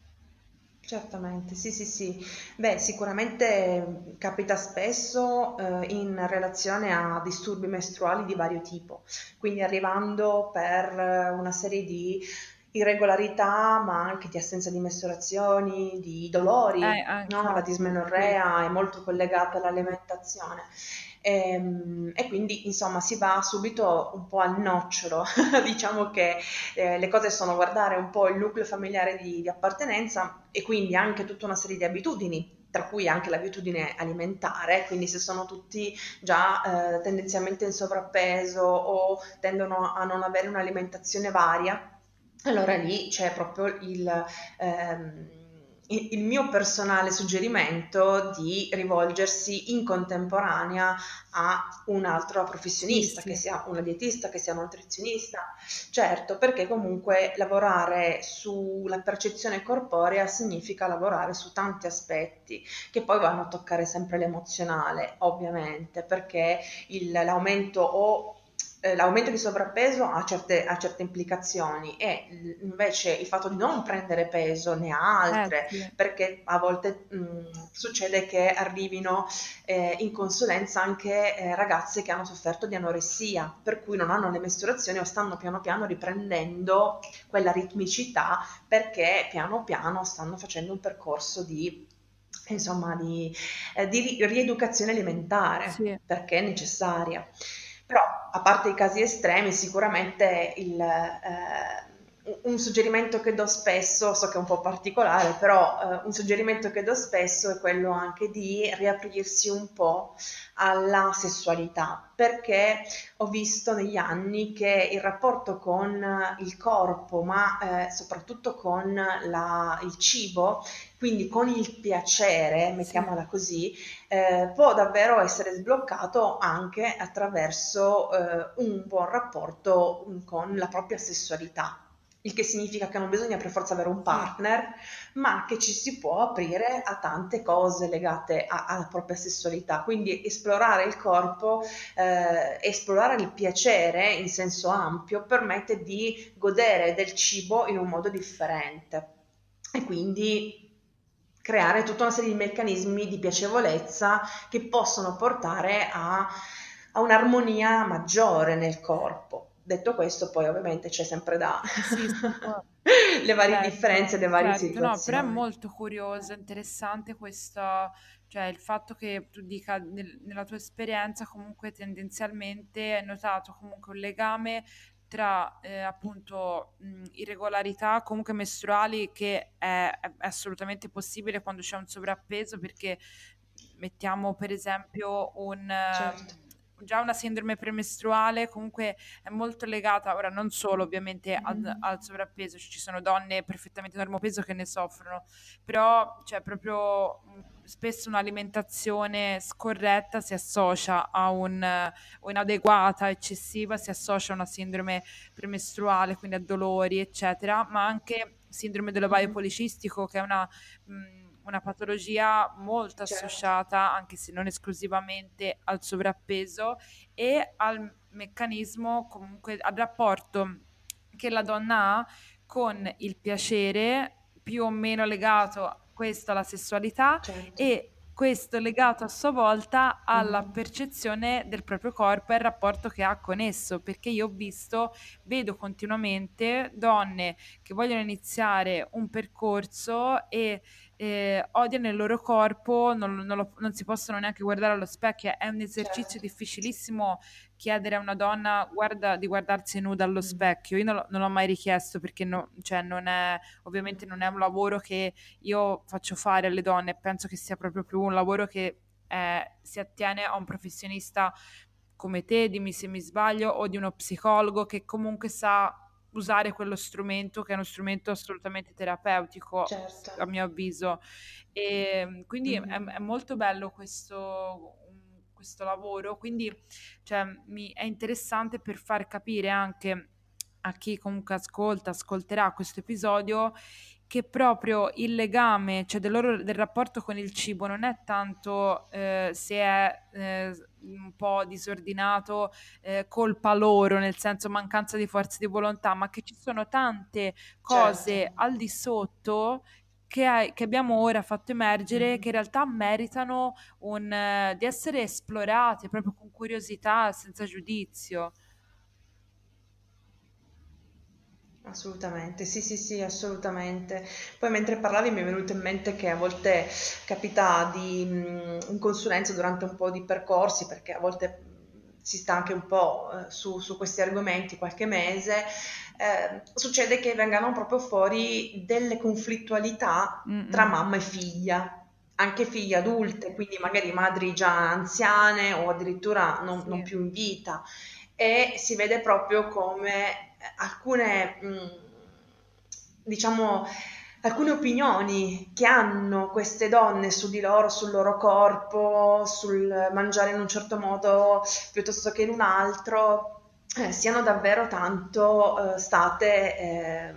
Certamente, sì, sì, sì. Beh, sicuramente mh, capita spesso eh, in relazione a disturbi mestruali di vario tipo, quindi arrivando per eh, una serie di irregolarità, ma anche di assenza di mestruazioni, di Eh, dolori, ah, no? La infatti, sì. dismenorrea è molto collegata all'alimentazione. Ehm, E, quindi, insomma, si va subito un po' al nocciolo. Diciamo che eh, le cose sono guardare un po' il nucleo familiare di, di appartenenza e quindi anche tutta una serie di abitudini, tra cui anche l'abitudine alimentare, quindi se sono tutti già eh, tendenzialmente in sovrappeso o tendono a non avere un'alimentazione varia, allora lì c'è proprio il, ehm, il il mio personale suggerimento di rivolgersi in contemporanea a un altro Sì, professionista, che sì. sia una dietista, che sia un nutrizionista. Certo, perché comunque lavorare sulla percezione corporea significa lavorare su tanti aspetti che poi vanno a toccare sempre l'emozionale, ovviamente, perché il- l'aumento o eh, l'aumento di sovrappeso ha certe, ha certe implicazioni e l- invece il fatto di non prendere peso ne ha Eh altre, sì. perché a volte mh, succede che arrivino eh, in consulenza anche eh, ragazze che hanno sofferto di anoressia, per cui non hanno le mestruazioni o stanno piano piano riprendendo quella ritmicità perché piano piano stanno facendo un percorso di, insomma, di, eh, di ri- rieducazione alimentare, Sì. perché è necessaria. Però, a parte i casi estremi, sicuramente il, eh, un suggerimento che do spesso, so che è un po' particolare, però eh, un suggerimento che do spesso è quello anche di riaprirsi un po' alla sessualità, perché ho visto negli anni che il rapporto con il corpo, ma eh, soprattutto con la- il cibo, quindi con il piacere, Sì. mettiamola così, eh, può davvero essere sbloccato anche attraverso eh, un buon rapporto mm, con la propria sessualità. Il che significa che non bisogna per forza avere un Sì. partner, ma che ci si può aprire a tante cose legate a- alla propria sessualità. Quindi esplorare il corpo, eh, esplorare il piacere in senso ampio permette di godere del cibo in un modo differente e quindi creare tutta una serie di meccanismi di piacevolezza che possono portare a, a un'armonia maggiore nel corpo. Detto questo, poi ovviamente c'è sempre da Sì, sì, poi- le varie differenze, certo, le varie certo, no, però è situazioni. molto curioso, interessante questo, cioè il fatto che tu dica nel- nella tua esperienza comunque tendenzialmente hai notato comunque un legame tra eh, appunto mh, irregolarità comunque mestruali che è, è assolutamente possibile quando c'è un sovrappeso perché mettiamo per esempio un... Certo. ehm, già una sindrome premestruale comunque è molto legata, ora non solo ovviamente ad- Mhm. al sovrappeso, ci sono donne perfettamente normopeso che ne soffrono, però c'è proprio mh, spesso un'alimentazione scorretta si associa a un, eh, o inadeguata, eccessiva, si associa a una sindrome premestruale, quindi a dolori, eccetera, ma anche sindrome dell'ovaio Mhm. policistico, che è una, mh, una patologia molto Certo. associata, anche se non esclusivamente, al sovrappeso e al meccanismo, comunque al rapporto che la donna ha con il piacere, più o meno legato questo alla sessualità Certo. e questo legato a sua volta alla Mhm. percezione del proprio corpo e il rapporto che ha con esso, perché io ho visto, vedo continuamente donne che vogliono iniziare un percorso e eh, odiano il loro corpo, non, non lo- non si possono neanche guardare allo specchio. È un esercizio certo. difficilissimo chiedere a una donna guarda, di guardarsi nuda allo Mm, specchio. Io non, l'ho non l'ho mai richiesto perché no- cioè, non è, ovviamente mm, non è un lavoro che io faccio fare alle donne, penso che sia proprio più un lavoro che eh, si attiene a un professionista come te, dimmi se mi sbaglio, o di uno psicologo che comunque sa usare quello strumento, che è uno strumento assolutamente terapeutico, certo. a mio avviso. E quindi è, Mhm. è molto bello questo, questo lavoro, quindi cioè, mi, è interessante per far capire anche a chi comunque ascolta, ascolterà questo episodio, che proprio il legame, cioè del loro del rapporto con il cibo non è tanto eh, se è eh, un po' disordinato, eh, colpa loro, nel senso mancanza di forza di volontà, ma che ci sono tante Certo. cose al di sotto che, hai- che abbiamo ora fatto emergere che in Mhm. realtà meritano un, eh, di essere esplorate proprio con curiosità, senza giudizio. Assolutamente, sì, sì, sì, assolutamente. Poi mentre parlavi mi è venuto in mente che a volte capita di, mh, in consulenza durante un po' di percorsi, perché a volte mh, si sta anche un po' eh, su, su questi argomenti qualche mese, eh, succede che vengano proprio fuori delle conflittualità tra Mm-mm. mamma e figlia, anche figlie adulte, quindi magari madri già anziane o addirittura non non Sì, più in vita e si vede proprio come eh, alcune, mh, diciamo, alcune opinioni che hanno queste donne su di loro, sul loro corpo, sul mangiare in un certo modo piuttosto che in un altro, eh, siano davvero tanto eh, state, eh,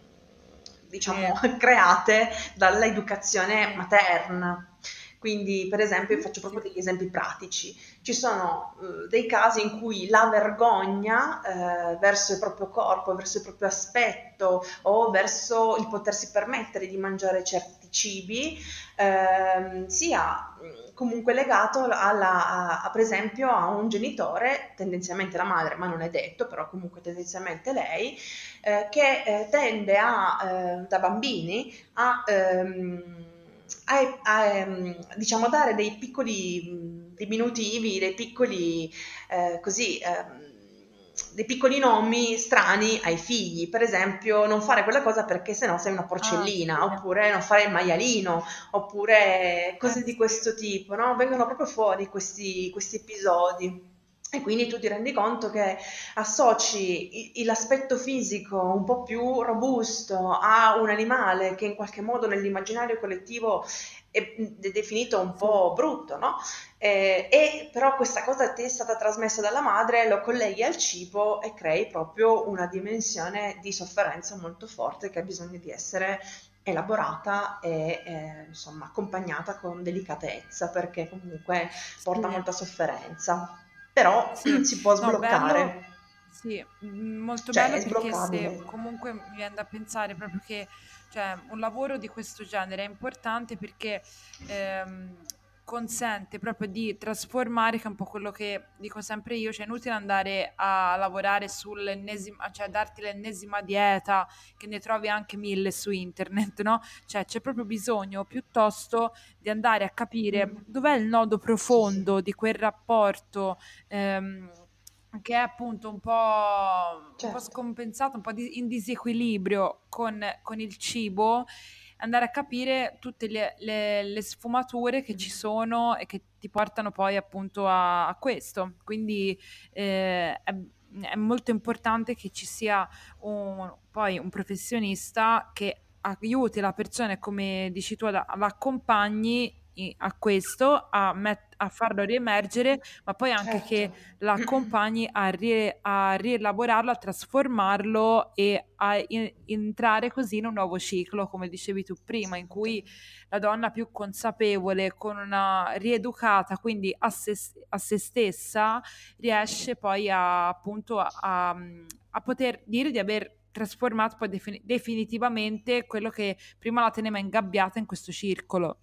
sì, diciamo, create dall'educazione sì, materna. Quindi, per esempio, io faccio sì, proprio degli esempi pratici. Ci sono eh, dei casi in cui la vergogna eh, verso il proprio corpo, verso il proprio aspetto o verso il potersi permettere di mangiare certi cibi ehm, sia mh, comunque legato alla, a, a, per esempio a un genitore, tendenzialmente la madre, ma non è detto, però comunque tendenzialmente lei, eh, che eh, tende a, eh, da bambini a... ehm, a, a, ehm, diciamo, dare dei piccoli mh, diminutivi, dei piccoli eh, così, ehm, dei piccoli nomi strani ai figli. Per esempio, non fare quella cosa perché sennò sei una ah sì, porcellina, oppure non fare il maialino, oppure eh cose di sì, questo tipo, no? Vengono proprio fuori questi, questi episodi. E quindi tu ti rendi conto che associ i- l'aspetto fisico un po' più robusto a un animale che in qualche modo nell'immaginario collettivo è è definito un sì, po' brutto, no? Eh, e però questa cosa ti è stata trasmessa dalla madre, lo colleghi al cibo e crei proprio una dimensione di sofferenza molto forte che ha bisogno di essere elaborata e eh, insomma accompagnata con delicatezza perché comunque porta sì. molta sofferenza, però Sì, si può no, bello, sbloccare, sì, mm, molto cioè bello è perché sbloccabile. se comunque mi viene da pensare proprio che cioè, un lavoro di questo genere è importante perché ehm, consente proprio di trasformare, che è un po' quello che dico sempre io, cioè è inutile andare a lavorare sull'ennesima, cioè a darti l'ennesima dieta, che ne trovi anche mille su internet, no? Cioè c'è proprio bisogno piuttosto di andare a capire Mm. dov'è il nodo Sì, sì, profondo di quel rapporto ehm, che è appunto un po', un po' certo. scompensato, un po' di- in disequilibrio con, con il cibo, andare a capire tutte le, le- le sfumature che ci Mm. sono e che ti portano poi appunto a, a questo. Quindi eh, è, è molto importante che ci sia un, poi un professionista che aiuti la persona e come dici tu, la l'accompagni i- a questo, a, met- a farlo riemergere, ma poi anche Certo. che l'accompagni a, rie- a rielaborarlo, a trasformarlo e a in- entrare così in un nuovo ciclo, come dicevi tu prima, in Esatto. cui la donna più consapevole, con una rieducata, quindi a se, a se stessa, riesce poi a, appunto a, a- a poter dire di aver trasformato poi defini- definitivamente quello che prima la teneva ingabbiata in questo circolo.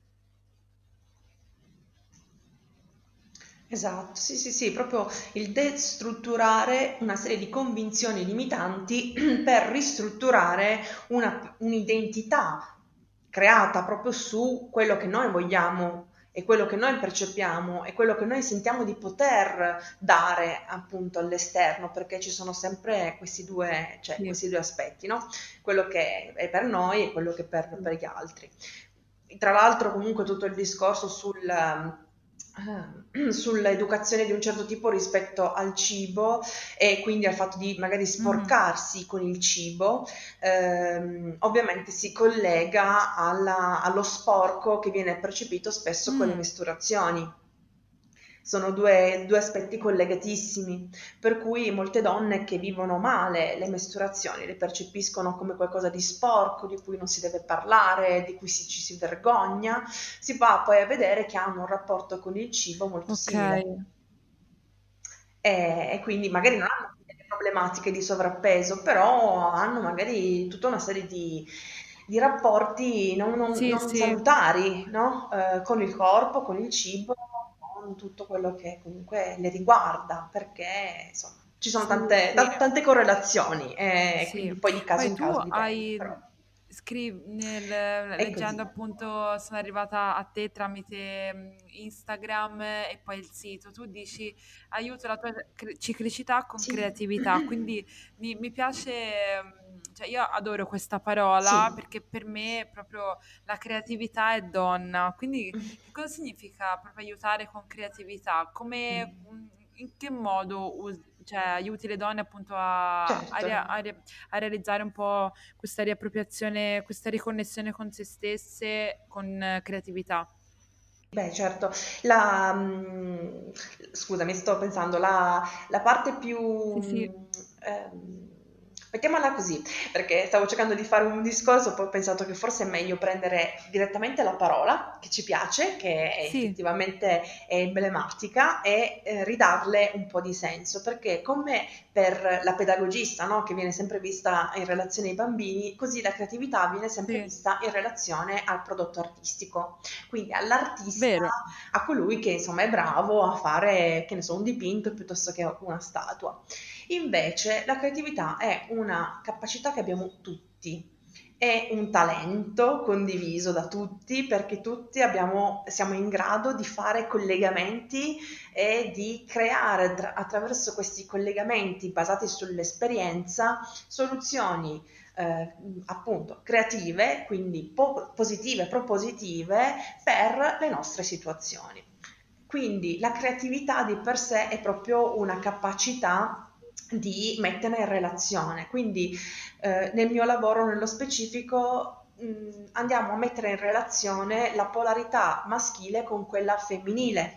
Esatto, sì, sì, sì, proprio il destrutturare una serie di convinzioni limitanti per ristrutturare una- un'identità creata proprio su quello che noi vogliamo e quello che noi percepiamo e quello che noi sentiamo di poter dare appunto all'esterno, perché ci sono sempre questi due, cioè, Sì. questi due aspetti, no? Quello che è per noi e quello che è per, per gli altri. Tra l'altro comunque tutto il discorso sul, eh, sull'educazione di un certo tipo rispetto al cibo e quindi al fatto di magari Mhm. sporcarsi con il cibo, ehm, ovviamente si collega alla- allo sporco che viene percepito spesso con le Mm, mestruazioni. Sono due, due aspetti collegatissimi, per cui molte donne che vivono male le mestruazioni le percepiscono come qualcosa di sporco, di cui non si deve parlare, di cui si- ci si vergogna, si va poi a vedere che hanno un rapporto con il cibo molto ok. simile e, e quindi magari non hanno delle problematiche di sovrappeso, però hanno magari tutta una serie di, di rapporti non, non- Sì, non sì, salutari, no? Eh, con il corpo, con il cibo, con tutto quello che comunque le riguarda, perché insomma ci sono sì, tante, sì. ta- tante correlazioni e Sì, quindi poi di caso poi in tu caso dipende, però hai scrivi nel, è leggendo così. appunto sono arrivata a te tramite mm, Instagram e poi il sito, tu dici aiuto la tua cre- ciclicità con Sì, creatività, quindi mi, mi piace, mm, cioè io adoro questa sì. parola perché per me proprio la creatività è donna, quindi che cosa significa proprio aiutare con creatività? Come, Mm. mm, in che modo us- cioè, aiuti le donne appunto a, a Certo. rea- a re- a realizzare un po' questa riappropriazione, questa riconnessione con se stesse con eh, creatività. Beh, certo, la, mhmm, scusami, sto pensando, la, la parte più, Sì, sì, mhmm, ehm, mettiamola così, perché stavo cercando di fare un discorso, poi ho pensato che forse è meglio prendere direttamente la parola che ci piace, che è sì, effettivamente è emblematica, e eh, ridarle un po' di senso, perché come per la pedagogista, no, che viene sempre vista in relazione ai bambini, così la creatività viene sempre sì, vista in relazione al prodotto artistico, quindi all'artista, vero. a colui che insomma è bravo a fare, che ne so, un dipinto piuttosto che una statua. Invece la creatività è una capacità che abbiamo tutti, è un talento condiviso da tutti perché tutti abbiamo, siamo in grado di fare collegamenti e di creare tra- attraverso questi collegamenti basati sull'esperienza soluzioni eh, appunto creative, quindi po- positive, propositive per le nostre situazioni. Quindi la creatività di per sé è proprio una capacità di mettere in relazione. Quindi eh, nel mio lavoro, nello specifico, mh, andiamo a mettere in relazione la polarità maschile con quella femminile.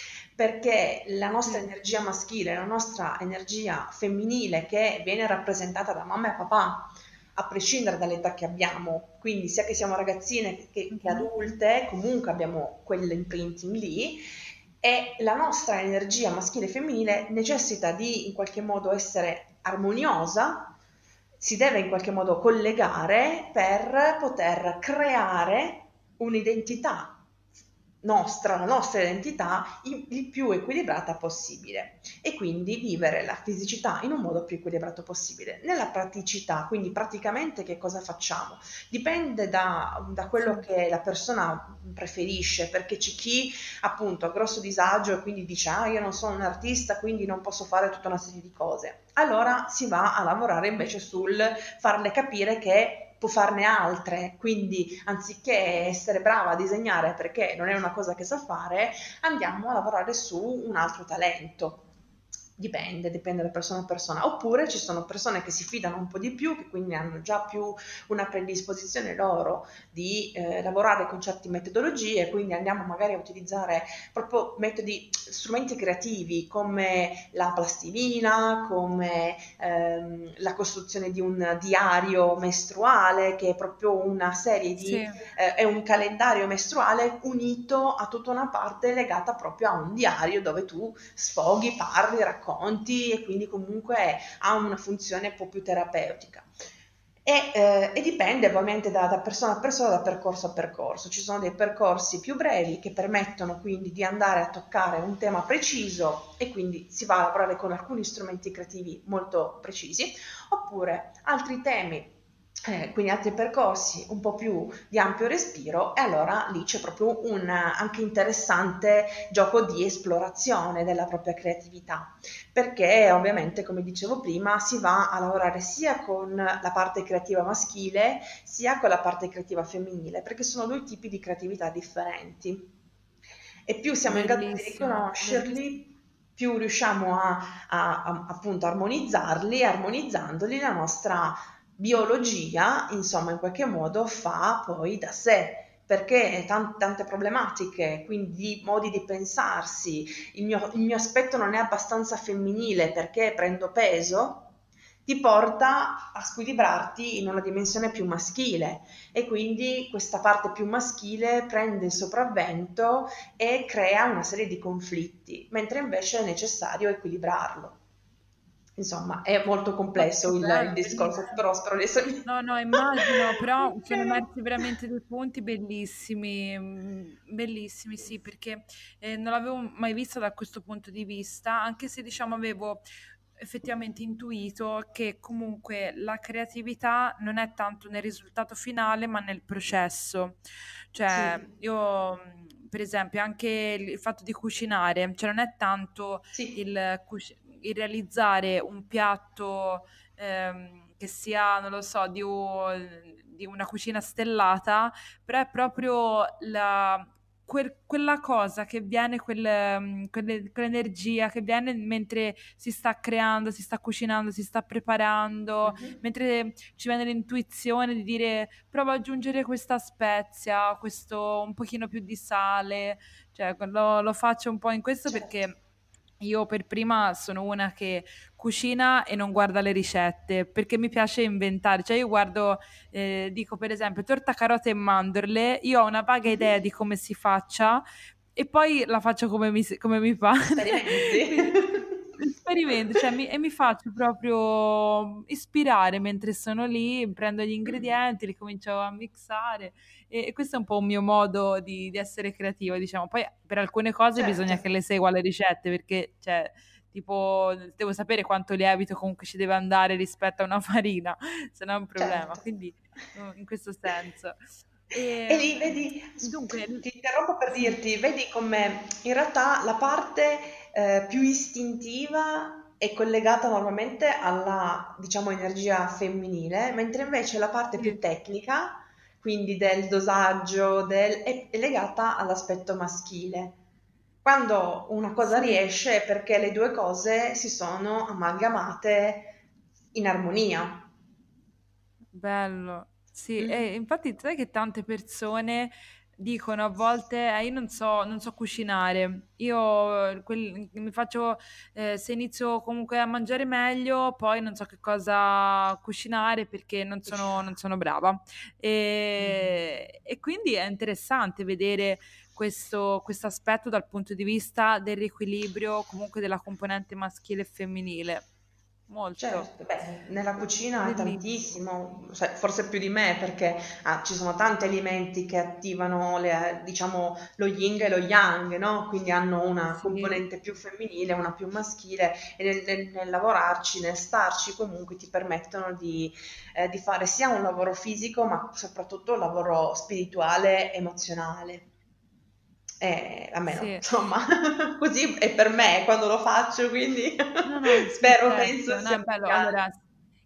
Perché la nostra Sì, energia maschile, la nostra energia femminile che viene rappresentata da mamma e papà, a prescindere dall'età che abbiamo, quindi sia che siamo ragazzine che, che mhm, adulte, comunque abbiamo quell'imprinting lì e la nostra energia maschile e femminile necessita di in qualche modo essere armoniosa, si deve in qualche modo collegare per poter creare un'identità nostra, la nostra identità il, il più equilibrata possibile e quindi vivere la fisicità in un modo più equilibrato possibile. Nella praticità, quindi praticamente che cosa facciamo? Dipende da, da quello sì, che la persona preferisce, perché c'è chi appunto ha grosso disagio e quindi dice ah io non sono un artista quindi non posso fare tutta una serie di cose. Allora si va a lavorare invece sul farle capire che può farne altre, quindi anziché essere brava a disegnare perché non è una cosa che sa fare, andiamo a lavorare su un altro talento. Dipende, dipende da persona a persona. Oppure ci sono persone che si fidano un po' di più, che quindi hanno già più una predisposizione loro di eh, lavorare con certe metodologie, quindi andiamo magari a utilizzare proprio metodi, strumenti creativi come la plastilina, come ehm, la costruzione di un diario mestruale, che è proprio una serie di, sì, eh, è un calendario mestruale unito a tutta una parte legata proprio a un diario dove tu sfoghi, parli, racconti e quindi comunque ha una funzione un po' più terapeutica. E, eh, e dipende ovviamente da, da persona a persona, da percorso a percorso. Ci sono dei percorsi più brevi che permettono quindi di andare a toccare un tema preciso e quindi si va a lavorare con alcuni strumenti creativi molto precisi, oppure altri temi eh, quindi altri percorsi un po' più di ampio respiro e allora lì c'è proprio un anche interessante gioco di esplorazione della propria creatività, perché ovviamente, come dicevo prima, si va a lavorare sia con la parte creativa maschile sia con la parte creativa femminile, perché sono due tipi di creatività differenti. E più siamo in grado di Bellissimo, bellissimo. riconoscerli, più riusciamo a, a- a- appunto armonizzarli, e armonizzandoli la nostra biologia, insomma, in qualche modo fa poi da sé. Perché tan- tante problematiche, quindi modi di pensarsi, il mio, il mio aspetto non è abbastanza femminile perché prendo peso, ti porta a squilibrarti in una dimensione più maschile e quindi questa parte più maschile prende il sopravvento e crea una serie di conflitti, mentre invece è necessario equilibrarlo. Insomma, è molto Ma che complesso il, il bello, discorso, bellissimo. però spero di essermi... No, no, immagino, però sono Ok. emersi veramente dei punti bellissimi, mm, bellissimi, sì, perché eh, non l'avevo mai vista da questo punto di vista, anche se diciamo avevo effettivamente intuito che comunque la creatività non è tanto nel risultato finale, ma nel processo. Cioè, Sì, io, mm, per esempio, anche il fatto di cucinare, cioè non è tanto sì. il, cuci- il realizzare un piatto ehm, che sia, non lo so, di, un- di una cucina stellata, però è proprio la, quel- quella cosa che viene, quel, ehm, quelle- quell'energia che viene mentre si sta creando, si sta cucinando, si sta preparando, Mhm. mentre ci viene l'intuizione di dire prova ad aggiungere questa spezia, questo un pochino più di sale, cioè lo, lo faccio un po' in questo Certo. perché io per prima sono una che cucina e non guarda le ricette perché mi piace inventare. Cioè, io guardo, eh, dico per esempio, torta carote e mandorle, io ho una vaga idea di Mhm. come si faccia e poi la faccio come mi, come mi pare. Sperimenti. Quindi sperimento, cioè, mi- e mi faccio proprio ispirare mentre sono lì, prendo gli Mm. ingredienti, li comincio a mixare e, e questo è un po' un mio modo di, di essere creativa, diciamo. Poi per alcune cose Certo, bisogna che le segua le ricette perché, cioè, tipo, devo sapere quanto lievito comunque ci deve andare rispetto a una farina, se no è un problema. certo. Quindi, uh, in questo senso. E E, lì vedi, dunque, ti interrompo per sì, dirti, vedi come in realtà la parte eh, più istintiva è collegata normalmente alla, diciamo, energia femminile, mentre invece la parte più sì, tecnica, quindi del dosaggio, del- è, è legata all'aspetto maschile. Quando una cosa sì. riesce è perché le due cose si sono amalgamate in armonia. Bello, sì, e Mhm. infatti sai che tante persone dicono a volte, "Eh, io non so, non so cucinare, io eh, quel- mi faccio, eh, se inizio comunque a mangiare meglio, poi non so che cosa cucinare perché non sono, non sono brava." Mhm. E, e quindi è interessante vedere questo, questo aspetto dal punto di vista del riequilibrio comunque della componente maschile e femminile. Molto. Certo, beh, nella cucina è Bellissimo. tantissimo, cioè, forse più di me perché ah, ci sono tanti alimenti che attivano le- diciamo, lo yin e lo yang, no? Quindi hanno una Sì, componente più femminile, una più maschile e nel, nel- nel lavorarci, nel starci comunque ti permettono di, eh, di fare sia un lavoro fisico ma soprattutto un lavoro spirituale, emozionale. Eh, almeno, sì. insomma, così è per me quando lo faccio, quindi No, no, spero, penso perfetto. No, sia è un bello. cane. Allora,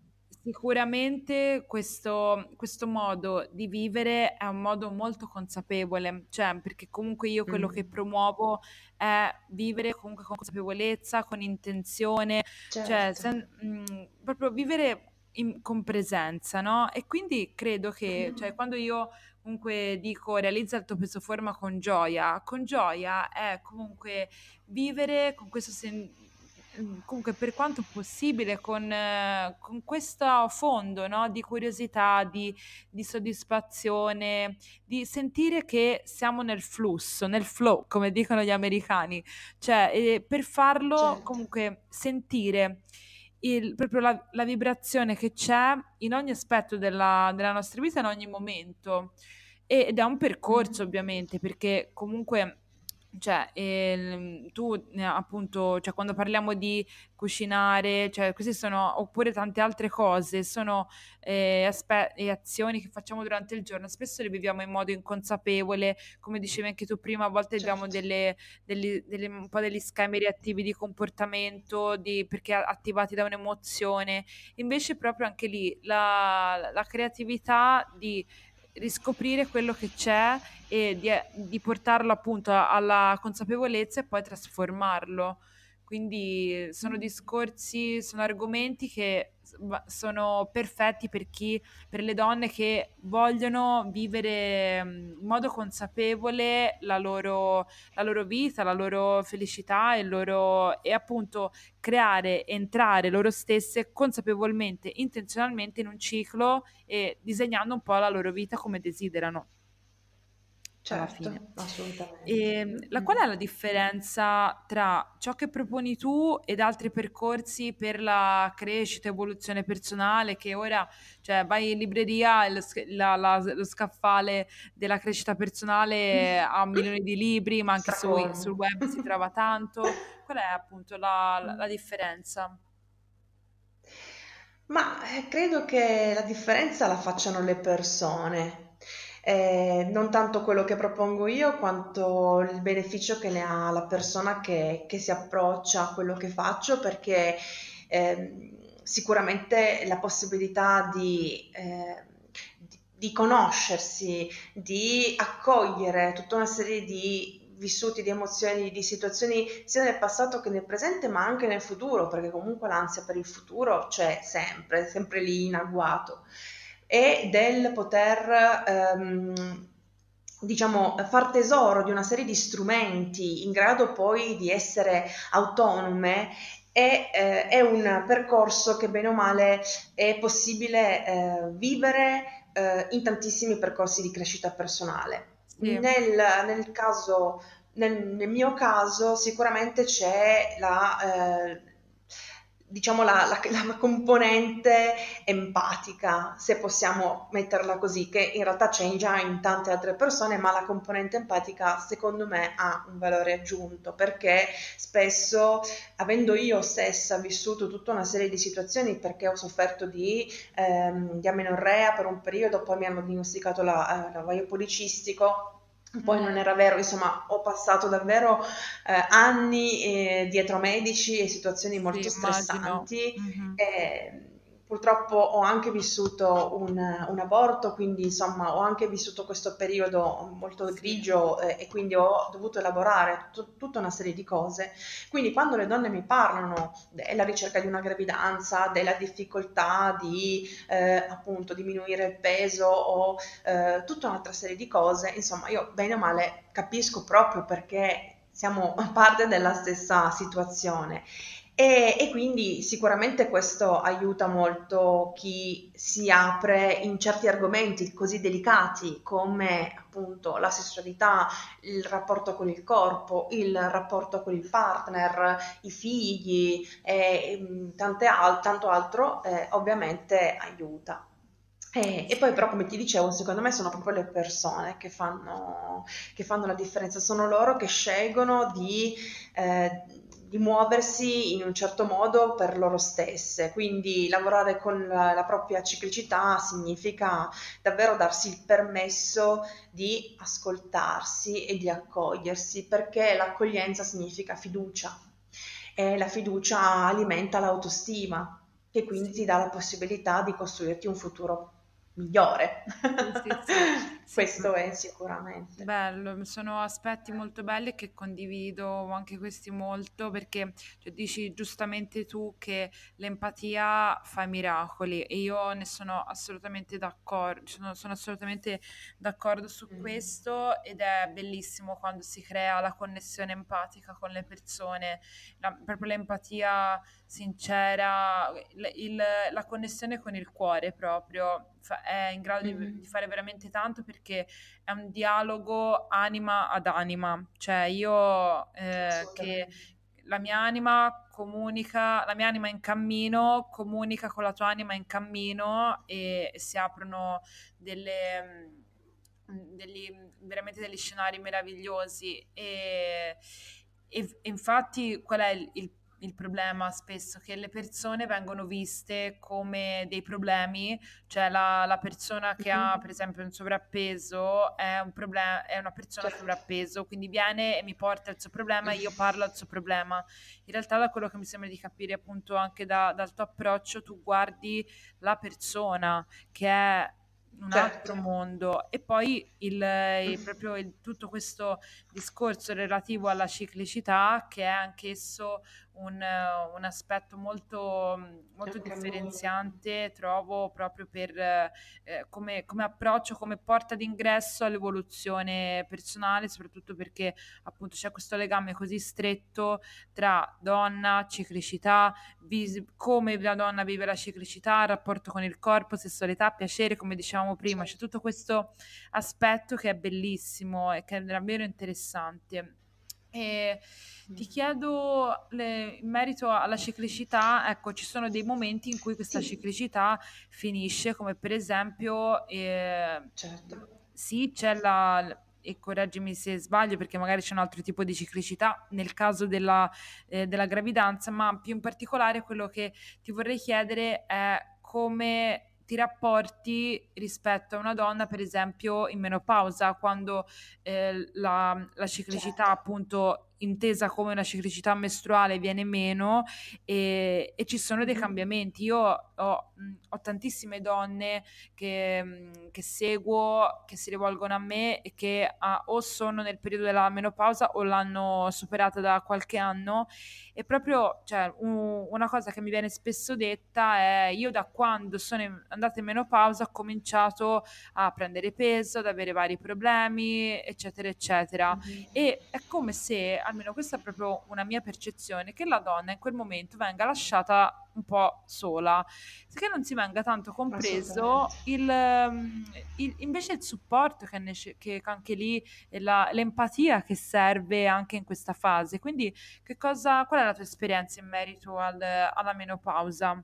sicuramente questo, questo modo di vivere è un modo molto consapevole, cioè, perché comunque io quello che Mm, promuovo è vivere comunque con consapevolezza, con intenzione, cioè, certo. sen- mh, proprio vivere in- con presenza, no? E quindi credo che, cioè, Mhm. quando io comunque dico realizza il tuo peso forma con gioia, con gioia è comunque vivere con questo sen- comunque per quanto possibile con, eh, con questo fondo, no? Di curiosità, di, di soddisfazione, di sentire che siamo nel flusso, nel flow, come dicono gli americani, cioè eh, per farlo Certo. comunque sentire il- proprio la, la vibrazione che c'è in ogni aspetto della, della nostra vita, in ogni momento. E- Ed è un percorso, Mhm. ovviamente, perché comunque Cioè, ehm, tu eh, appunto, cioè, quando parliamo di cucinare, cioè, queste sono, oppure tante altre cose, sono eh, aspe- e azioni che facciamo durante il giorno, spesso le viviamo in modo inconsapevole, come dicevi anche tu prima, a volte abbiamo Certo, delle, delle- delle- un po' degli schemi reattivi di comportamento, di- perché attivati da un'emozione, invece proprio anche lì la, la creatività di riscoprire quello che c'è e di, di portarlo appunto alla consapevolezza e poi trasformarlo. Quindi sono discorsi, sono argomenti che s- va- sono perfetti per chi, per le donne che vogliono vivere mm, in modo consapevole la loro, la loro vita, la loro felicità e, il loro, e appunto creare, entrare loro stesse consapevolmente, intenzionalmente in un ciclo e disegnando un po' la loro vita come desiderano alla fine. certo, assolutamente. E, Mm, la, qual mm. è la differenza tra ciò che proponi tu ed altri percorsi per la crescita e evoluzione personale che ora, cioè, vai in libreria e lo, sc- la- la- lo scaffale della crescita personale ha milioni di libri, ma anche su- sul Stracolmo. web si trova tanto. Qual è appunto la, la- la Mm. differenza? Ma eh, credo che la differenza la facciano le persone. Eh, non tanto quello che propongo io, quanto il beneficio che ne ha la persona che, che si approccia a quello che faccio, perché ehm, sicuramente la possibilità di, eh, di di conoscersi, di accogliere tutta una serie di vissuti, di emozioni, di situazioni sia nel passato che nel presente, ma anche nel futuro, perché comunque l'ansia per il futuro c'è sempre, sempre lì in agguato, e del poter, ehm, diciamo, far tesoro di una serie di strumenti in grado poi di essere autonome. È, eh, è un percorso che bene o male è possibile eh, vivere eh, in tantissimi percorsi di crescita personale. Sì, Nel, nel caso nel, nel mio caso sicuramente c'è la, eh, diciamo la, la- la componente empatica, se possiamo metterla così, che in realtà c'è già in tante altre persone, ma la componente empatica secondo me ha un valore aggiunto, perché spesso, avendo io stessa vissuto tutta una serie di situazioni, perché ho sofferto di, ehm, di amenorrea per un periodo, poi mi hanno diagnosticato la, eh, l'ovaio policistico. Poi non mm, era vero, insomma, ho passato davvero eh, anni eh, dietro medici e situazioni sì, molto immagino. stressanti. Mhm. E, purtroppo ho anche vissuto un, un aborto, quindi insomma ho anche vissuto questo periodo molto Sì. grigio eh, e quindi ho dovuto elaborare tut- tutta una serie di cose. Quindi quando le donne mi parlano della ricerca di una gravidanza, della difficoltà di eh, appunto diminuire il peso o eh, tutta un'altra serie di cose, insomma io bene o male capisco proprio perché siamo parte della stessa situazione. E, e quindi sicuramente questo aiuta molto chi si apre in certi argomenti così delicati come appunto la sessualità, il rapporto con il corpo, il rapporto con il partner, i figli e, e tante al- tanto altro, eh, ovviamente aiuta. E, e poi Sì. però, come ti dicevo, secondo me sono proprio le persone che fanno, che fanno la differenza, sono loro che scelgono di, eh, di muoversi in un certo modo per loro stesse, quindi lavorare con la, la propria ciclicità significa davvero darsi il permesso di ascoltarsi e di accogliersi, perché l'accoglienza significa fiducia e la fiducia alimenta l'autostima, che quindi ti Sì. dà la possibilità di costruirti un futuro migliore. Sì, sì, sì, sì, Questo è sicuramente. bello, sono aspetti molto belli e che condivido anche questi molto perché cioè, dici giustamente tu che l'empatia fa i miracoli e io ne sono assolutamente d'accordo, sono, sono assolutamente d'accordo su Mm. questo ed è bellissimo quando si crea la connessione empatica con le persone, la- proprio l'empatia sincera, il- il- la connessione con il cuore proprio fa- è in grado di, di Mhm. fare veramente tanto perché è un dialogo anima ad anima, cioè io eh, che Assolutamente. la mia anima comunica, la mia anima è in cammino, comunica con la tua anima in cammino e, e si aprono delle, degli, veramente degli scenari meravigliosi e, e- e infatti qual è il, il- il problema spesso? Che le persone vengono viste come dei problemi, cioè la, la persona che ha per Mhm. esempio un sovrappeso è un problema, è una persona Certo. sovrappeso, quindi viene e mi porta il suo problema e io parlo al suo problema. In realtà da quello che mi sembra di capire appunto anche da- dal tuo approccio, tu guardi la persona che è un Certo. altro mondo e poi il, il- proprio il- tutto questo discorso relativo alla ciclicità che è anch'esso un, eh, un aspetto molto, molto Anche molto. differenziante, trovo proprio per eh, eh, come, come approccio, come porta d'ingresso all'evoluzione personale, soprattutto perché appunto c'è questo legame così stretto tra donna, ciclicità, vis- come la donna vive la ciclicità, il rapporto con il corpo, sessualità, piacere, come dicevamo prima, c'è Certo. tutto questo aspetto che è bellissimo e che è davvero interessante. E ti chiedo le- in merito alla ciclicità, ecco, ci sono dei momenti in cui questa Sì, ciclicità finisce, come per esempio, eh, certo. sì, c'è la, e correggimi se sbaglio, perché magari c'è un altro tipo di ciclicità nel caso della, eh, della gravidanza, ma più in particolare quello che ti vorrei chiedere è come ti rapporti rispetto a una donna, per esempio, in menopausa, quando eh, la, la ciclicità, Certo. appunto, intesa come una ciclicità mestruale viene meno e, e ci sono dei Mhm. cambiamenti. Io ho, mh, ho tantissime donne che, mh, che seguo, che si rivolgono a me e che ah, o sono nel periodo della menopausa o l'hanno superata da qualche anno e proprio, cioè, un- una cosa che mi viene spesso detta è io da quando sono in- andata in menopausa ho cominciato a prendere peso, ad avere vari problemi, eccetera, eccetera. Mhm. E è come se, almeno questa è proprio una mia percezione, che la donna in quel momento venga lasciata un po' sola, che non si venga tanto Assolutamente. compreso il, ehm, il- invece il supporto che, è nece- che anche lì e la- l'empatia che serve anche in questa fase. Quindi, che cosa, qual è la tua esperienza in merito al- alla menopausa?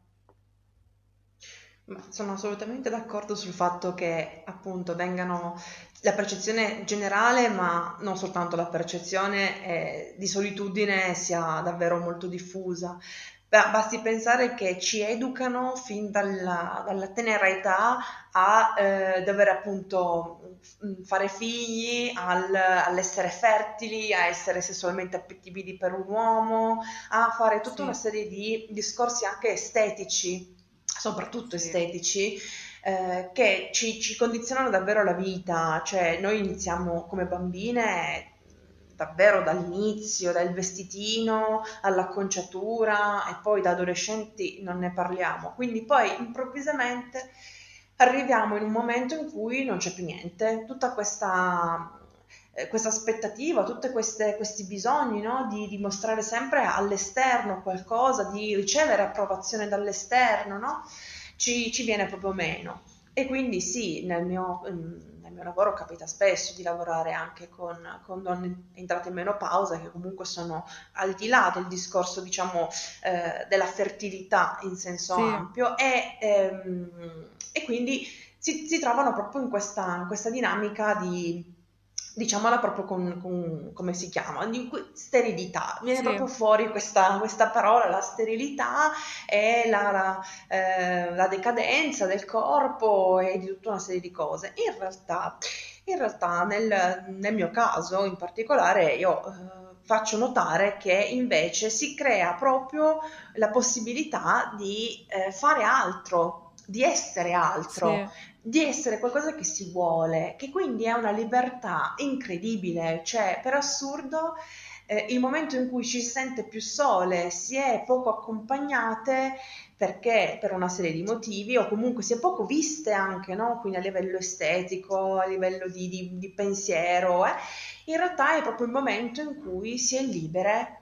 Ma sono assolutamente d'accordo sul fatto che appunto vengano la percezione generale, ma non soltanto la percezione eh, di solitudine sia davvero molto diffusa. Ba- Basti pensare che ci educano fin dalla, dalla tenera età a eh, dover appunto mm, fare figli, al- all'essere fertili, a essere sessualmente appetibili per un uomo, a fare tutta una Sì, serie di discorsi anche estetici, soprattutto sì, estetici, eh, che ci, ci condizionano davvero la vita. Cioè noi iniziamo come bambine davvero dall'inizio, dal vestitino all'acconciatura e poi da adolescenti non ne parliamo. Quindi poi improvvisamente arriviamo in un momento in cui non c'è più niente, tutta questa, eh, questa aspettativa, tutti questi bisogni, no? Di dimostrare sempre all'esterno qualcosa, di ricevere approvazione dall'esterno, no? Ci, ci viene proprio meno. E quindi sì, nel mio, mm, nel mio lavoro capita spesso di lavorare anche con, con donne entrate in menopausa che comunque sono al di là del discorso, diciamo, eh, della fertilità in senso sì, ampio e, ehm, e quindi si, si trovano proprio in questa, in questa dinamica di, diciamola proprio con, con- come si chiama, di que- sterilità. Viene sì, proprio fuori questa, questa parola, la sterilità e la, la, eh, la decadenza del corpo e di tutta una serie di cose. In realtà, in realtà nel, nel mio caso in particolare io eh, faccio notare che invece si crea proprio la possibilità di eh, fare altro, di essere altro, sì, di essere qualcosa che si vuole, che quindi è una libertà incredibile, cioè per assurdo eh, il momento in cui ci si sente più sole, si è poco accompagnate perché per una serie di motivi o comunque si è poco viste anche, no? Quindi a livello estetico, a livello di, di- di pensiero, eh, in realtà è proprio il momento in cui si è libere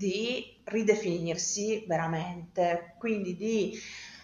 di ridefinirsi veramente, quindi di,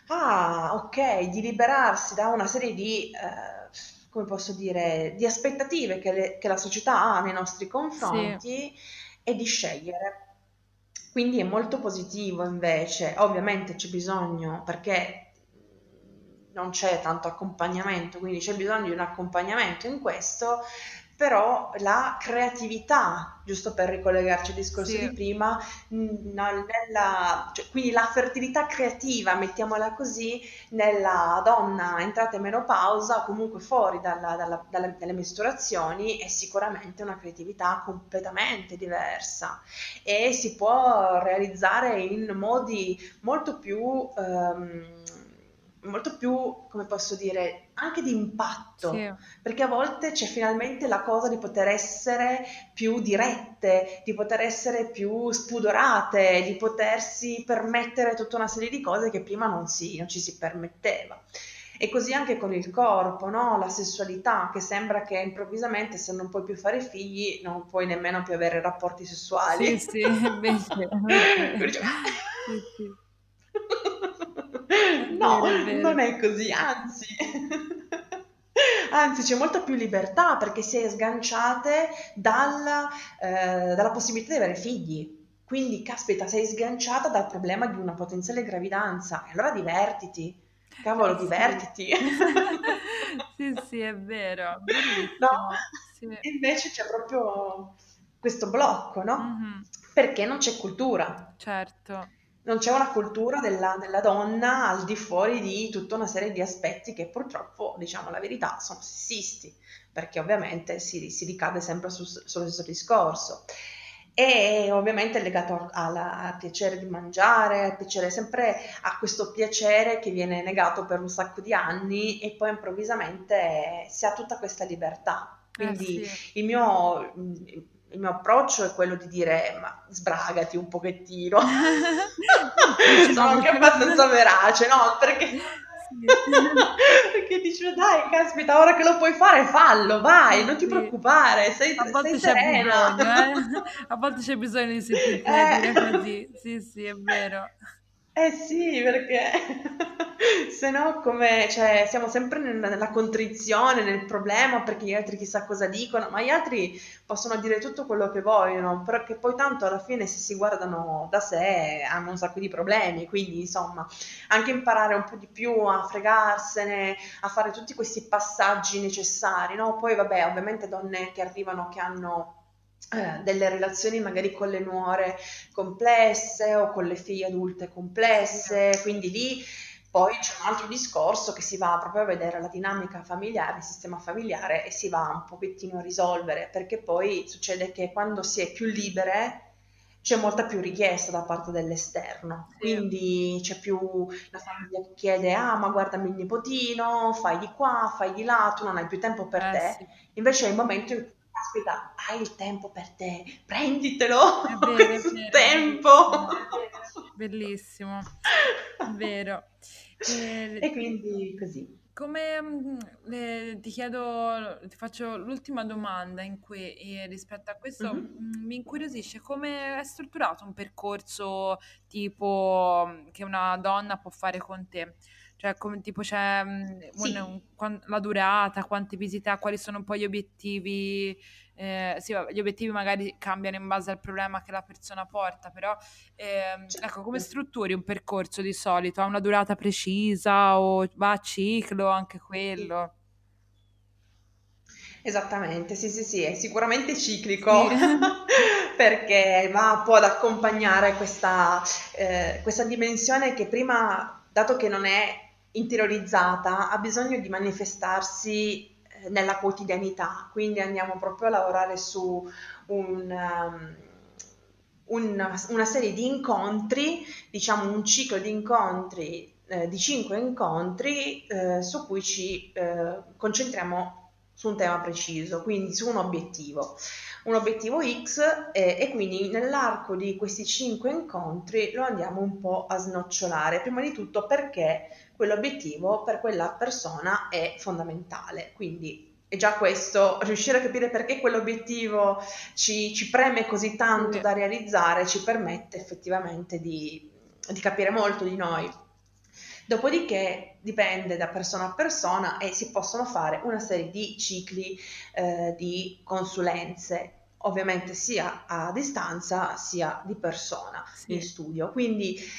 ah, ok, di liberarsi da una serie di, eh, come posso dire, di aspettative che, le- che la società ha nei nostri sì. confronti e di scegliere. Quindi è molto positivo invece, ovviamente c'è bisogno perché non c'è tanto accompagnamento, quindi c'è bisogno di un accompagnamento in questo, però la creatività, giusto per ricollegarci al discorso Sì, di prima, mh, no- nella- cioè, quindi la fertilità creativa, mettiamola così, nella donna entrata in menopausa, comunque fuori dalla- dalla- dalle, dalle mestruazioni, è sicuramente una creatività completamente diversa e si può realizzare in modi molto più, ehm, molto più, come posso dire, anche di sì, impatto, perché a volte c'è finalmente la cosa di poter essere più dirette, di poter essere più spudorate, di potersi permettere tutta una serie di cose che prima non si, non ci si permetteva. E così anche con il corpo, no? La sessualità, che sembra che improvvisamente se non puoi più fare figli non puoi nemmeno più avere rapporti sì, sessuali. sì, invece, invece, Quindi dici, sì, sì, è no, vero, è vero, non è così, anzi. Anzi, c'è molta più libertà perché si è sganciate dalla, eh, dalla possibilità di avere figli. Quindi, caspita, sei sganciata dal problema di una potenziale gravidanza. E allora divertiti. Cavolo, eh sì, divertiti. sì, sì, è vero, No? bellissimo, sì, Invece c'è proprio questo blocco, no? mhm, Perché non c'è cultura. certo, Non c'è una cultura della, della donna al di fuori di tutta una serie di aspetti che purtroppo, diciamo la verità, sono sessisti, perché ovviamente si, si ricade sempre sul, sullo stesso discorso. E ovviamente è legato alla- al piacere di mangiare, al piacere, sempre a questo piacere che viene negato per un sacco di anni e poi improvvisamente si ha tutta questa libertà. eh Quindi sì, il mio, il mio approccio è quello di dire, ma sbragati un pochettino. Sono diciamo, anche abbastanza verace, no? Perché, sì, perché dicevo, dai, caspita, ora che lo puoi fare, fallo, vai, sì, non ti sì. preoccupare, stai, A stai volte c'è serena. bisogno, eh? A volte c'è bisogno di sentirtene Eh. dire così. Sì, sì, è vero. Eh sì, perché se no come, cioè, siamo sempre nel- nella contrizione, nel problema, perché gli altri chissà cosa dicono, ma gli altri possono dire tutto quello che vogliono, però che poi tanto alla fine se si guardano da sé hanno un sacco di problemi, quindi insomma anche imparare un po' di più a fregarsene, a fare tutti questi passaggi necessari, no? Poi vabbè, ovviamente donne che arrivano che hanno eh, delle relazioni magari con le nuore complesse o con le figlie adulte Sì, complesse, quindi lì poi c'è un altro discorso che si va proprio a vedere la dinamica familiare, il sistema familiare e si va un pochettino a risolvere, perché poi succede che quando si è più libere c'è molta più richiesta da parte dell'esterno, sì, quindi c'è più la famiglia che chiede, ah ma guardami il nipotino, fai di qua, fai di là, tu non hai più tempo per eh te, sì, invece è il momento in cui, caspita, hai il tempo per te, prenditelo, è vero, è questo vero, è tempo. bellissimo. Bellissimo, vero. E E quindi così. come mm, eh, ti chiedo, ti faccio l'ultima domanda in cui eh, rispetto a questo Mhm. mm, mi incuriosisce come è strutturato un percorso tipo mm, che una donna può fare con te. Cioè, come tipo c'è mm, un- Sì, un- quan- la durata, quante visite ha, quali sono poi gli obiettivi. Eh, sì, vabbè, gli obiettivi magari cambiano in base al problema che la persona porta, però Ehm, ecco, come certo. strutturi un percorso di solito? Ha una durata precisa o va a ciclo, anche Sì. quello? Esattamente, sì, sì, sì, è sicuramente ciclico Sì, perché va un po' ad accompagnare questa, eh, questa dimensione che prima, dato che non è interiorizzata, ha bisogno di manifestarsi eh, nella quotidianità, quindi andiamo proprio a lavorare su un, um, una, una serie di incontri, diciamo un ciclo di incontri, eh, di cinque incontri eh, su cui ci eh, concentriamo su un tema preciso, quindi su un obiettivo, un obiettivo X e, e quindi nell'arco di questi cinque incontri lo andiamo un po' a snocciolare, prima di tutto perché quell'obiettivo per quella persona è fondamentale, quindi è già questo, riuscire a capire perché quell'obiettivo ci, ci preme così sì, tanto da realizzare ci permette effettivamente di, di capire molto di noi. Dopodiché dipende da persona a persona e si possono fare una serie di cicli eh, di consulenze, ovviamente sia a distanza sia di persona in sì, studio. Quindi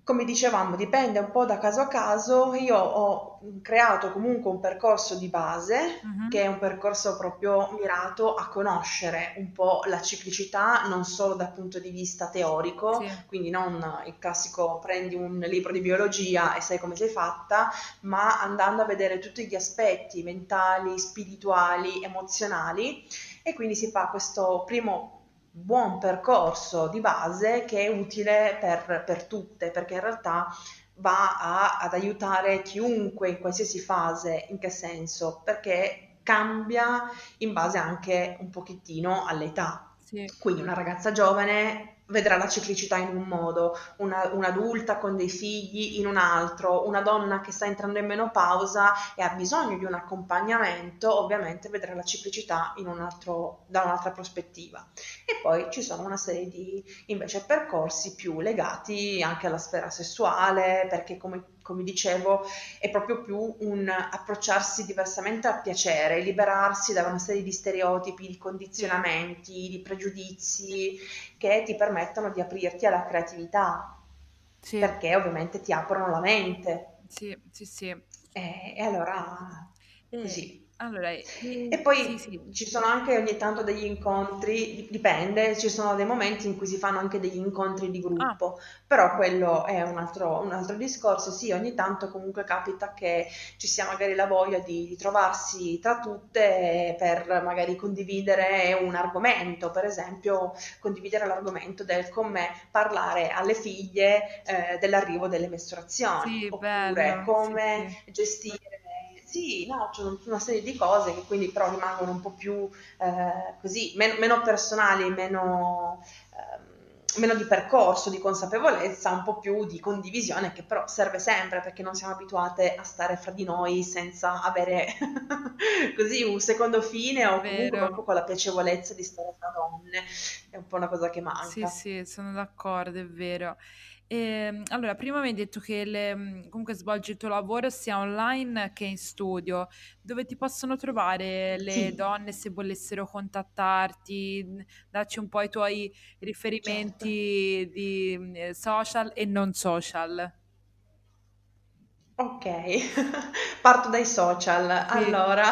Come dicevamo, dipende un po' da caso a caso. Io ho creato comunque un percorso di base, che Mhm. è un percorso proprio mirato a conoscere un po' la ciclicità, non solo dal punto di vista teorico, Sì, quindi non il classico prendi un libro di biologia e sai come sei fatta, ma andando a vedere tutti gli aspetti mentali, spirituali, emozionali, e quindi si fa questo primo buon percorso di base che è utile per, per tutte, perché in realtà va a- ad aiutare chiunque in qualsiasi fase. In che senso? Perché cambia in base anche un pochettino all'età. sì, Quindi una ragazza giovane vedrà la ciclicità in un modo, una- un'adulta con dei figli in un altro, una donna che sta entrando in menopausa e ha bisogno di un accompagnamento, ovviamente vedrà la ciclicità in un altro- da un'altra prospettiva. E poi ci sono una serie di invece percorsi più legati anche alla sfera sessuale, perché come, come dicevo è proprio più un approcciarsi diversamente al piacere, liberarsi da una serie di stereotipi, di sì, condizionamenti, di pregiudizi che ti permettono di aprirti alla creatività, sì, perché ovviamente ti aprono la mente. sì, sì, sì. E, e allora E così. allora, e- E sì, poi sì. ci sono anche ogni tanto degli incontri, di- dipende, ci sono dei momenti in cui si fanno anche degli incontri di Ah, gruppo, però quello è un altro, un altro discorso. Sì, ogni tanto comunque capita che ci sia magari la voglia di, di trovarsi tra tutte per magari condividere un argomento, per esempio condividere l'argomento del come parlare alle figlie eh, dell'arrivo delle mestruazioni, sì, oppure bello, sì, come sì. gestire. Sì, no, c'è un- una serie di cose che quindi però rimangono un po' più eh, così, men- meno personali, meno, ehm, meno di percorso, di consapevolezza, un po' più di condivisione che però serve sempre perché non siamo abituate a stare fra di noi senza avere così un secondo fine È o comunque proprio vero. con la piacevolezza di stare fra donne. È un po' una cosa che Sì, manca. sì, sono d'accordo, è vero. Ehm, allora, prima mi hai detto che le- mh, comunque svolgi il tuo lavoro sia online che in studio. Dove ti possono trovare le Sì, donne se volessero contattarti? Mh, Dacci un po' i tuoi certo. riferimenti di mh, eh, social e non social. Okay, parto dai social. Sì, Allora,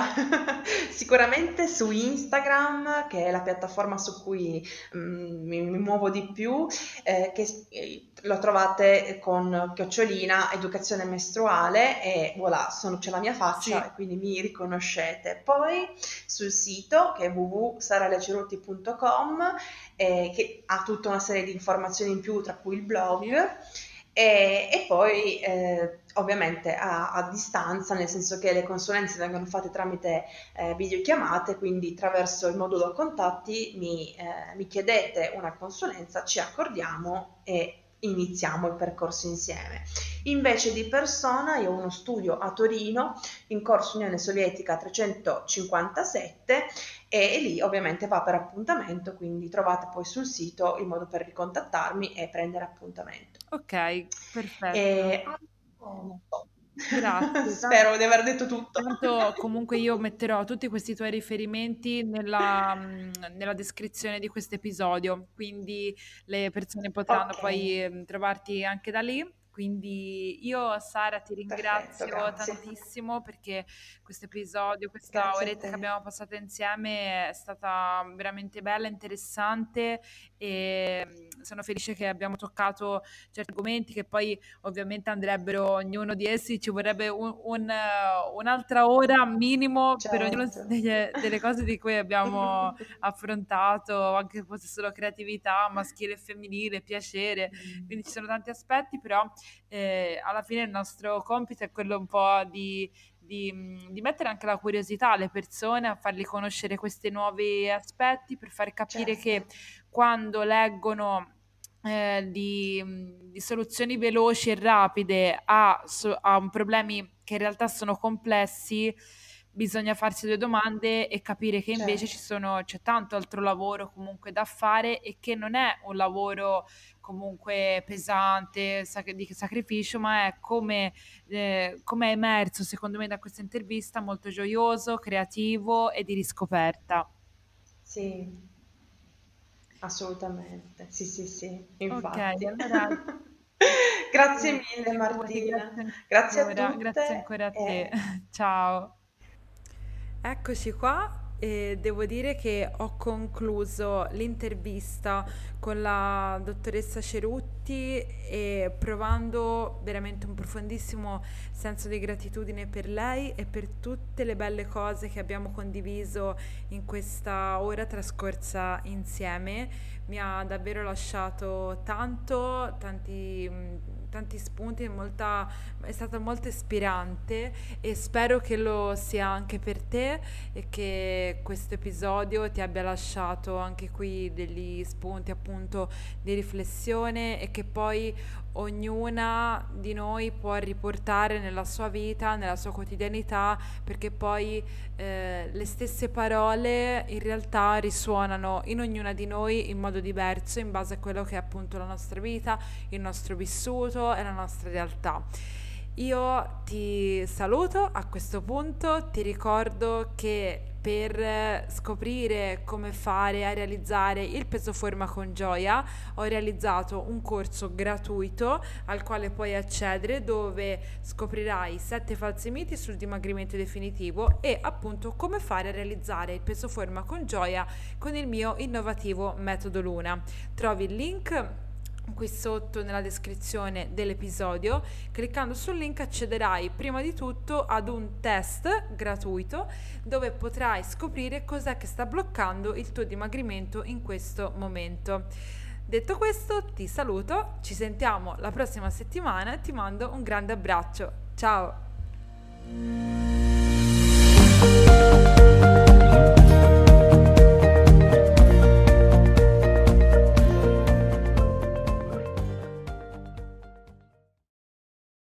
sicuramente su Instagram, che è la piattaforma su cui, mhmm, mi mi muovo di più, ehm, che s ehm, lo trovate con chiocciolina educazione mestruale e voilà, sono c'è la mia faccia sì, e quindi mi riconoscete. Poi sul sito che è w w w punto saraleciruti punto com, ehm, che ha tutta una serie di informazioni in più, tra cui il blog, sì. e, e poi eh, ovviamente a, a distanza, nel senso che le consulenze vengono fatte tramite eh, videochiamate, quindi attraverso il modulo contatti mi, eh, mi chiedete una consulenza, ci accordiamo e iniziamo il percorso insieme. Invece di persona, io ho uno studio a Torino in Corso Unione Sovietica trecentocinquantasette e lì ovviamente va per appuntamento, quindi trovate poi sul sito il modo per ricontattarmi e prendere appuntamento. Ok, perfetto. E oh, non so. Grazie. Tan- Spero di aver detto tutto. Tanto comunque io metterò tutti questi tuoi riferimenti nella, mh, nella descrizione di questo episodio, quindi le persone potranno Ok, poi ehm, trovarti anche da lì. Quindi io, Sara, ti perfetto, ringrazio grazie. tantissimo perché questo episodio, questa Grazie a oretta che te. abbiamo passato insieme è stata veramente bella, interessante e mh, sono felice che abbiamo toccato certi argomenti che poi ovviamente andrebbero ognuno di essi, ci vorrebbe un- un, eh, un'altra ora minimo per ognuna Certo. delle, delle cose di cui abbiamo affrontato, anche se fosse solo creatività, maschile e femminile, piacere, quindi ci sono tanti aspetti, però eh, alla fine il nostro compito è quello un po' di, di, mh, di mettere anche la curiosità alle persone, a fargli conoscere questi nuovi aspetti, per far capire Certo, che quando leggono eh, di, mh, di soluzioni veloci e rapide a, so- a un problemi che in realtà sono complessi, bisogna farsi due domande e capire che invece ci certo. sono, c'è tanto altro lavoro comunque da fare e che non è un lavoro comunque pesante, sac- di sacrificio, ma è come, eh, come è emerso secondo me da questa intervista, molto gioioso, creativo e di riscoperta. Sì, assolutamente. Sì, sì, sì, Ok, infatti. allora Grazie E mille figurati, Martina, grazie grazie a ancora, grazie tutte ancora a te. e Ciao. Eccoci qua e devo dire che ho concluso l'intervista con la dottoressa Cerutti e provando veramente un profondissimo senso di gratitudine per lei e per tutte le belle cose che abbiamo condiviso in questa ora trascorsa insieme. Mi ha davvero lasciato tanto, tanti, mh, tanti spunti, molta, è stata molto ispirante e spero che lo sia anche per te e che questo episodio ti abbia lasciato anche qui degli spunti appunto di riflessione e che poi ognuna di noi può riportare nella sua vita, nella sua quotidianità, perché poi eh, le stesse parole in realtà risuonano in ognuna di noi in modo diverso in base a quello che è appunto la nostra vita, il nostro vissuto e la nostra realtà. Io ti saluto a questo punto, ti ricordo che per eh, scoprire come fare a realizzare il peso forma con gioia ho realizzato un corso gratuito al quale puoi accedere dove scoprirai sette falsi miti sul dimagrimento definitivo e appunto come fare a realizzare il peso forma con gioia con il mio innovativo metodo Luna. Trovi il link qui sotto nella descrizione dell'episodio. Cliccando sul link accederai prima di tutto ad un test gratuito dove potrai scoprire cos'è che sta bloccando il tuo dimagrimento in questo momento. Detto questo, ti saluto, ci sentiamo la prossima settimana e ti mando un grande abbraccio. Ciao!